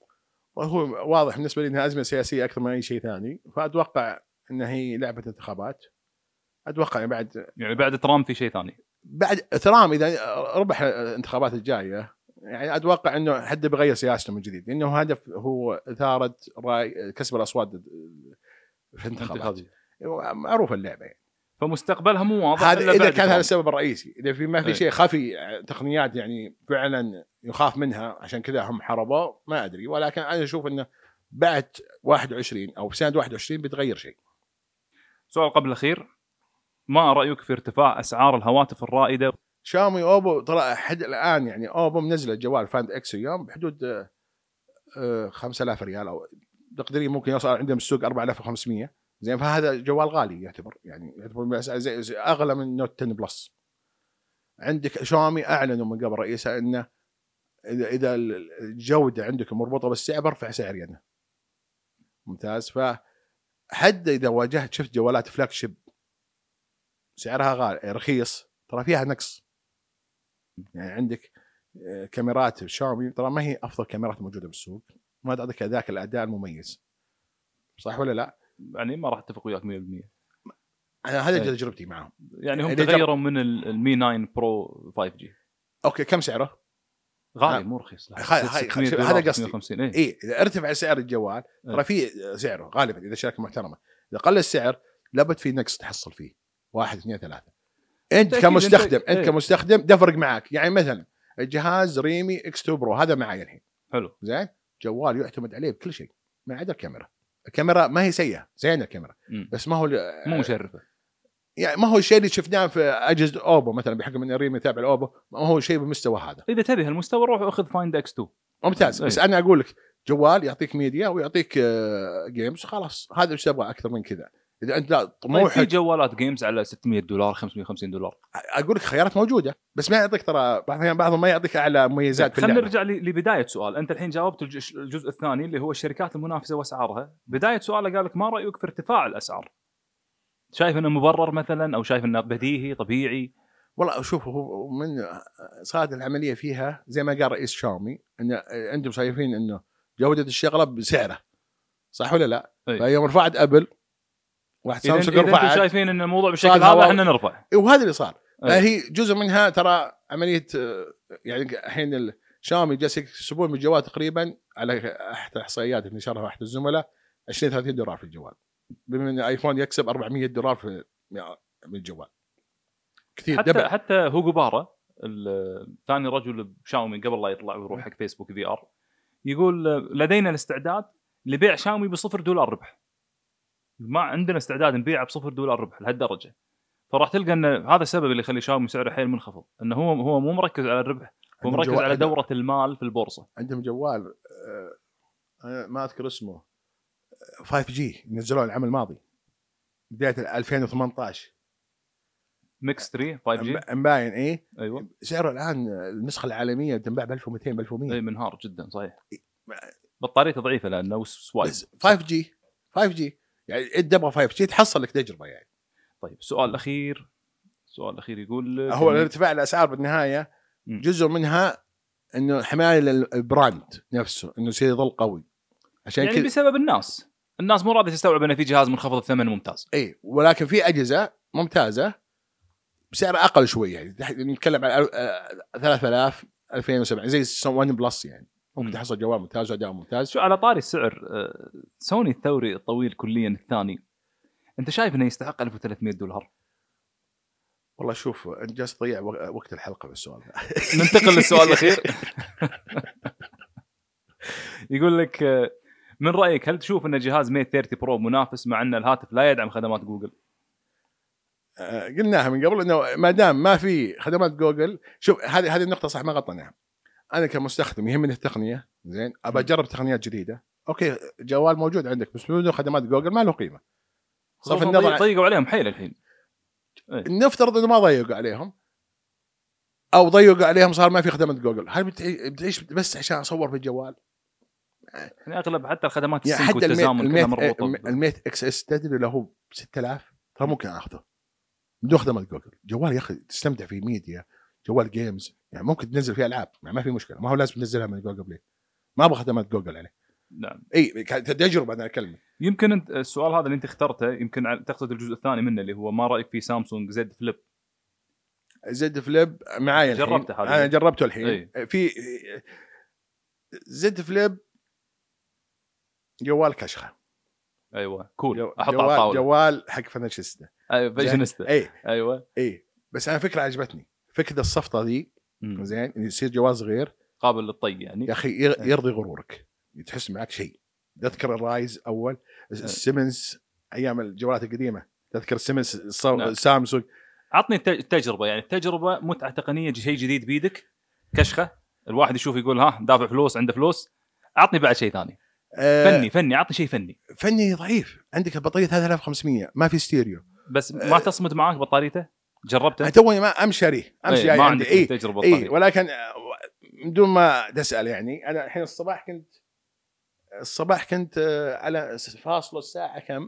وهو واضح بالنسبه لي انها ازمه سياسيه اكثر من اي شيء ثاني، فاتوقع ان هي لعبه انتخابات. اتوقع يعني بعد يعني بعد ترامب في شيء ثاني. بعد ترامب اذا ربح الانتخابات الجايه يعني اتوقع انه حد بيغير سياسته من جديد، لانه هدف هو اثاره راي كسب الاصوات في الانتخابات. معروف اللعبه يعني. فمستقبلها مو واضح هذا اذا كان هذا السبب الرئيسي. اذا في ما في ايه. شيء خفي تقنيات يعني فعلا يخاف منها عشان كذا هم حاربوا، ما ادري. ولكن انا اشوف انه بعد واحد وعشرين او بسنه واحد وعشرين بيتغير شيء. سؤال قبل الاخير: ما رايك في ارتفاع اسعار الهواتف الرائده؟ شاومي اوبو ترى حد الان يعني اوبو منزله جوال فاند اكس اليوم بحدود خمسة آلاف ريال، او تقديريا ممكن يوصل عندهم السوق أربعة آلاف وخمسمية. زين فهذا جوال غالي يعتبر، يعني يعتبر زي زي اغلى من نوت عشرة بلس. عندك شاومي اعلنوا من قبل رئيسه انه اذا اذا الجوده عندكم مربوطه بالسعر برفع سعري انا. ممتاز. فحد اذا واجهت شفت جوالات فلاج شيب سعرها غالي رخيص ترى فيها نقص. يعني عندك كاميرات شاومي ترى ما هي افضل كاميرات موجوده بالسوق، ما تعطيك ذاك الاداء المميز، صح ولا لا؟ يعني ما راح اتفق وياك مية بالمية. انا هذا أي. تجربتي معهم. يعني هم اللي تغيروا من ال- المي تسعة برو فايف جي. اوكي كم سعره؟ غالي آه. مو رخيص. لا خ- خ- ستمية شوف، دولار هذا قصدي. ستمية وخمسين. اي اي اذا ارتفع سعر الجوال إيه. ترى في سعره غالبا اذا شركه محترمه، اذا قل السعر لابد في نقص تحصل فيه واحد اثنين ثلاثه. انت بالتأكيد كمستخدم أنت- انت إيه. كمستخدم دفرق معك. يعني مثلا الجهاز ريمي اكس تو برو هذا معي الحين حلو. زين، جوال يعتمد عليه بكل شيء ما عدا الكاميرا. الكاميرا ما هي سيئه، زينه الكاميرا، مم. بس ما هو مو مشرفه. يعني ما هو الشيء اللي شفناه في اجهزه اوبو مثلا، بحكم ان الريمي تابع الاوبو، ما هو شيء بالمستوى هذا. اذا تبي هالمستوى روح اخذ فايند اكس تو ممتاز. أي. بس انا اقول لك جوال يعطيك ميديا ويعطيك جيمز، خلاص هذا ايش تبغى اكثر من كذا؟ اذا انت طيب طموحك في جوالات جيمز على ستمية دولار خمسمية وخمسين دولار. اقول لك خيارات موجوده، بس ما يعطيك ترى بعض الأحيان بعضهم ما يعطيك اعلى مميزات في خلينا اللعبه. نرجع ل- لبدايه سؤال. انت الحين جاوبت الج- الجزء الثاني اللي هو الشركات المنافسه واسعارها. بدايه سؤاله قال لك ما رايك في ارتفاع الاسعار؟ شايف انه مبرر مثلا او شايف انه بديهي طبيعي؟ والله شوف، هو من صارت العمليه فيها زي ما قال رئيس شاومي ان انتم شايفين انه جوده الشغله بسعره، صح ولا لا؟ أي. فيوم رفعت ابل واحد اذا سامسونج إذا انتم رفعت، شايفين ان الموضوع بالشكل صار هذا هوا- احنا نرفع. وهذا اللي صار. أي. فهي جزء منها ترى عمليه، يعني الحين الشاومي جالس يكسبون من الجوال تقريبا على احد الاحصائيات اللي نشرها احد الزملاء عشرين ثلاثين دولار في الجوال، بما ان ايفون يكسب أربعمية دولار في من الجوال. كثير حتى دبل. حتى هوجو بارا الثاني رجل بشاومي قبل لا يطلع ويروح حق فيسبوك في ار يقول لدينا الاستعداد لبيع شاومي بصفر دولار ربح. ما عندنا استعداد نبيعه بصفر دولار ربح لهالدرجه. فراح تلقى ان هذا السبب اللي يخلي شاومي سعره حيل منخفض، انه هو هو مو مركز على الربح، هو مركز جوال- على دوره المال في البورصه. عندهم جوال آه، أنا ما اذكر اسمه فايف جي نزلوه العام الماضي بدايه ألفين وثمانية عشر ميكس ثلاثة فايف جي. مباين ايه. ايوه سعره الان النسخه العالميه تنباع ب ألف ومئتين ب ألف ومئة. اي منهار جدا صحيح. بطاريته ضعيفه لانه سوايب. فايف جي فايف جي يعني انت تبغى فايف جي تحصل لك تجربه يعني. طيب السؤال الاخير، السؤال الاخير يقول هو ارتفاع الاسعار بالنهايه م. جزء منها انه حمايه للبراند نفسه انه يصير يظل قوي، عشان يعني كذا بسبب الناس الناس مو راضيه تستوعب ان في جهاز منخفض الثمن ممتاز. اي. ولكن في اجهزه ممتازه بسعر اقل شوي، يعني نتكلم عن ثلاثة آلاف ألفين وسبعة زي ون بلس، يعني ممكن تحصل جوال ممتاز واداء ممتاز. شو على طاري السعر، سوني الثوري الطويل كليا الثاني انت شايف انه يستحق ألف وثلاثمية دولار؟ والله شوف انت جالس تضيع وقت الحلقه بالسؤال. ننتقل للسؤال الاخير. يقول لك من رايك هل تشوف ان جهاز ميت ثلاثين برو منافس مع ان الهاتف لا يدعم خدمات جوجل؟ آه قلناها من قبل انه ما دام ما في خدمات جوجل، شوف هذه هذه النقطه صح ما غطيناها. انا كمستخدم يهمني التقنيه، زين ابى اجرب تقنيات جديده، اوكي جوال موجود عندك بس بدون خدمات جوجل ما له قيمه. صرف النظر ضيقوا عليهم حيل الحين. ايه؟ نفترض انه ما ضيقوا عليهم او ضيقوا عليهم صار ما في خدمات جوجل، هل بتعيش بس عشان اصور في الجوال؟ يعني اغلب حتى الخدمات يعني السينك والتزامن كلها مربوطه. الميت اكس اس تدري له ستة آلاف ترى ممكن اخذه بدون خدمات جوجل. جوال يا اخي تستمتع فيه ميديا، جوال جيمز، يعني ممكن تنزل فيه العاب يعني ما في مشكله، ما هو لازم تنزلها من جوجل بلاي، ما ابغى خدمات جوجل عليه. نعم اي تجربه انا اكلمك. يمكن انت السؤال هذا اللي انت اخترته يمكن تقصد الجزء الثاني منه اللي هو ما رايك في سامسونج زد فليب؟ زد فليب معايا جربته هذا؟ انا جربته الحين. أي. في زد فليب جوال كشخه. ايوه كول جو... احط جوال... على الطاوله جوال حق فنشسته. ايوه فيجنستا. اي ايوه اي بس انا فكره عجبتني، فكره الصفطه ذي زين يصير جوال صغير قابل للطي يعني يا اخي يرضي غرورك، تحس معك شيء. تذكر الرايز اول السيمنز ايام الجوالات القديمه، تذكر السيمنز الصو... نعم. سامسونج. عطني التجربه، يعني التجربه متعه تقنيه شيء جديد بيدك كشخه الواحد يشوف يقول ها دافع فلوس عنده فلوس. عطني بعد شيء ثاني آه فني فني عطني شيء فني. فني ضعيف، عندك البطاريه ثلاثة آلاف وخمسمية ما في ستيريو، بس ما تصمد معاك بطاريته؟ جربته؟ توي ما امشي امشي ايه ما عندي عندك اي تجربه اي، ولكن بدون ما تسال يعني انا الحين الصباح كنت الصباح كنت على فاصله الساعه كم.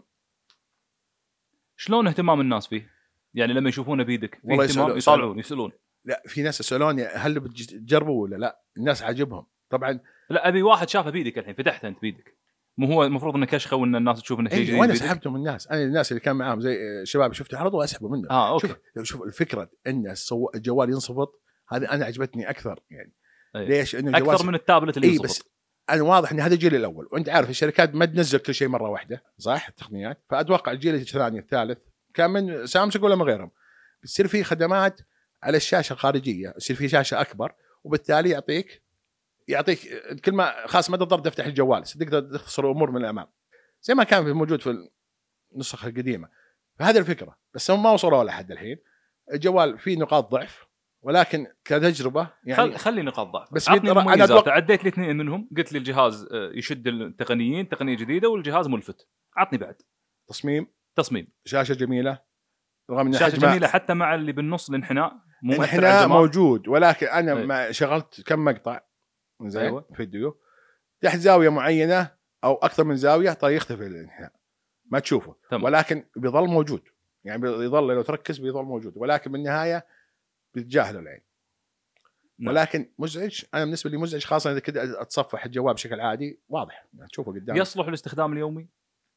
شلون اهتمام الناس فيه؟ يعني لما يشوفونه بيدك والله اهتمام يطالعون يسالون؟ لا في ناس يسالوني هل بتجربوا ولا لا، الناس عاجبهم طبعا. لا ابي واحد شافه بيدك الحين فتحته انت بيدك مو هو المفروض انه كشخه وان الناس تشوف انه شيء إيه جديد. وانا سحبته من الناس، انا الناس اللي كان معاهم زي شباب شفته عرضوا اسحبوا منه. اه اوكي. شوف شوف الفكره ان الصو... الجوال ينصفط، هذه انا عجبتني اكثر يعني. أيه. ليش؟ انه اكثر من التابلت اللي إيه ينصفط. بس انا واضح ان هذا الجيل الاول، وانت عارف الشركات ما تنزل كل شيء مره واحده صح التقنيات، فاتوقع الجيل الثاني الثالث كان من سامسونج ولا من غيرهم بتصير فيه خدمات على الشاشه الخارجيه، يصير فيه شاشه اكبر، وبالتالي يعطيك يعطيك كل ما خاص ما تضطر تفتح الجوال، تقدر تختصر امور من الامام زي ما كان في موجود في النسخ القديمه. فهذه الفكره، بس هم ما وصلوا لحد الحين. الجوال فيه نقاط ضعف، ولكن كتجربه يعني خل... خلي نقاط ضعف بس عطني انا مميزات. أتوقع... عديت لي اثنين منهم، قلت لي الجهاز يشد التقنيين، تقنيه جديده والجهاز ملفت. عطني بعد. تصميم تصميم شاشه جميله، رغم ان شاشه جميله حتى مع اللي بالنص الانحناء مو الانحناء موجود، ولكن انا أيوة. ما شغلت كم مقطع زين أيوة. فيديو تحت زاويه معينه او اكثر من زاويه طيب يختفي الانحناء ما تشوفه تمام. ولكن بيظل موجود يعني بيظل لو تركز بيظل موجود، ولكن بالنهايه بتجاهل العين. نعم. ولكن مزعج، انا بالنسبه لي مزعج خاصه اذا كنت اتصفح الجوال بشكل عادي واضح تشوفه قدامك. يصلح للاستخدام اليومي،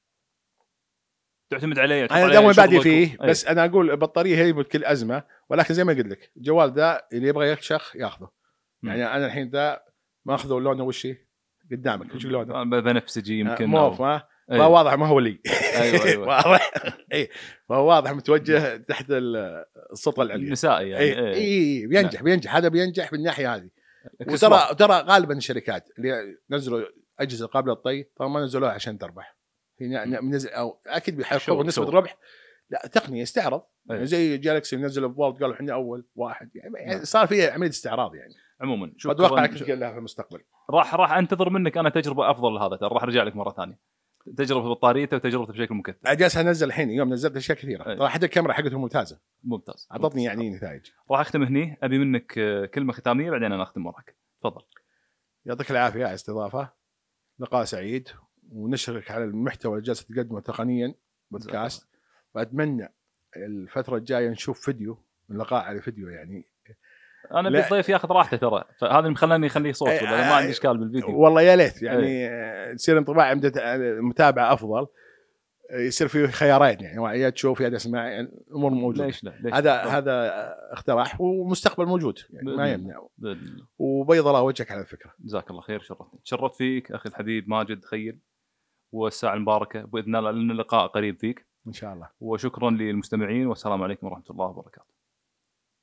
تعتمد عليه. انا دوما بادي فيه و... بس انا اقول البطاريه هي بكل ازمه، ولكن زي ما قلت لك الجوال ذا اللي يبغى يكشخ ياخذه. يعني انا الحين ذا ما اخذه لونه وشي قدامك وش لونه بنفسجي يمكن موف ما أيوة. واضح ما هو لي ايوه ايوه واضح اي فهو واضح متوجه تحت السطح العليا النسائي يعني اي إيه. بينجح نعم. بينجح هذا بينجح بالناحيه هذه. وترى ترى غالبا الشركات اللي نزلوا اجهزه قابله للطي ترى ما نزلوها عشان تربح، هي نزل او اكيد بيحققوا نسبه ربح. لا تقنيه استعرض يعني زي جالكسي نزلوا بفولت قالوا احنا اول واحد يعني صار فيها عمليه استعراض يعني. عموما شوف اتوقع لك لها في المستقبل راح راح انتظر منك انا تجربه افضل لهذا، راح ارجع لك مره ثانيه تجربه بطاريته وتجربته بشكل مكثف. اجلس انزل الحين يوم نزلت اشياء كثيره ترى حتى الكاميرا حقته ممتازه ممتاز اعطتني يعني نتائج. راح اختم هني، ابي منك كلمه ختاميه بعدين انا اختم وراك. تفضل. يعطيك العافيه على الاستضافه، لقاء سعيد، ونشرك على المحتوى اللي جالس تقدمه تقنيا بودكاست، واتمنى الفتره الجايه نشوف فيديو لقاء على فيديو يعني. انا بالضيف ياخذ راحته ترى، فهذا اللي مخلاني اخليه صوت ولا ما عندي اشكال بالفيديو والله يا ليت يعني تصير انطباع عند المتابعه افضل، يصير فيه خيارين يعني يا تشوف يا تسمع يعني الامور موجوده. ليش لا ليش هذا لا. هذا اختراع ومستقبل موجود يعني ما يمنع، وبيض الله وجهك على الفكره. جزاك الله خير، شرفتني تشرفت فيك اخي الحبيب ماجد خيل، والساعه المباركه باذن الله لنا لقاء قريب فيك ان شاء الله. وشكرا للمستمعين والسلام عليكم ورحمه الله وبركاته.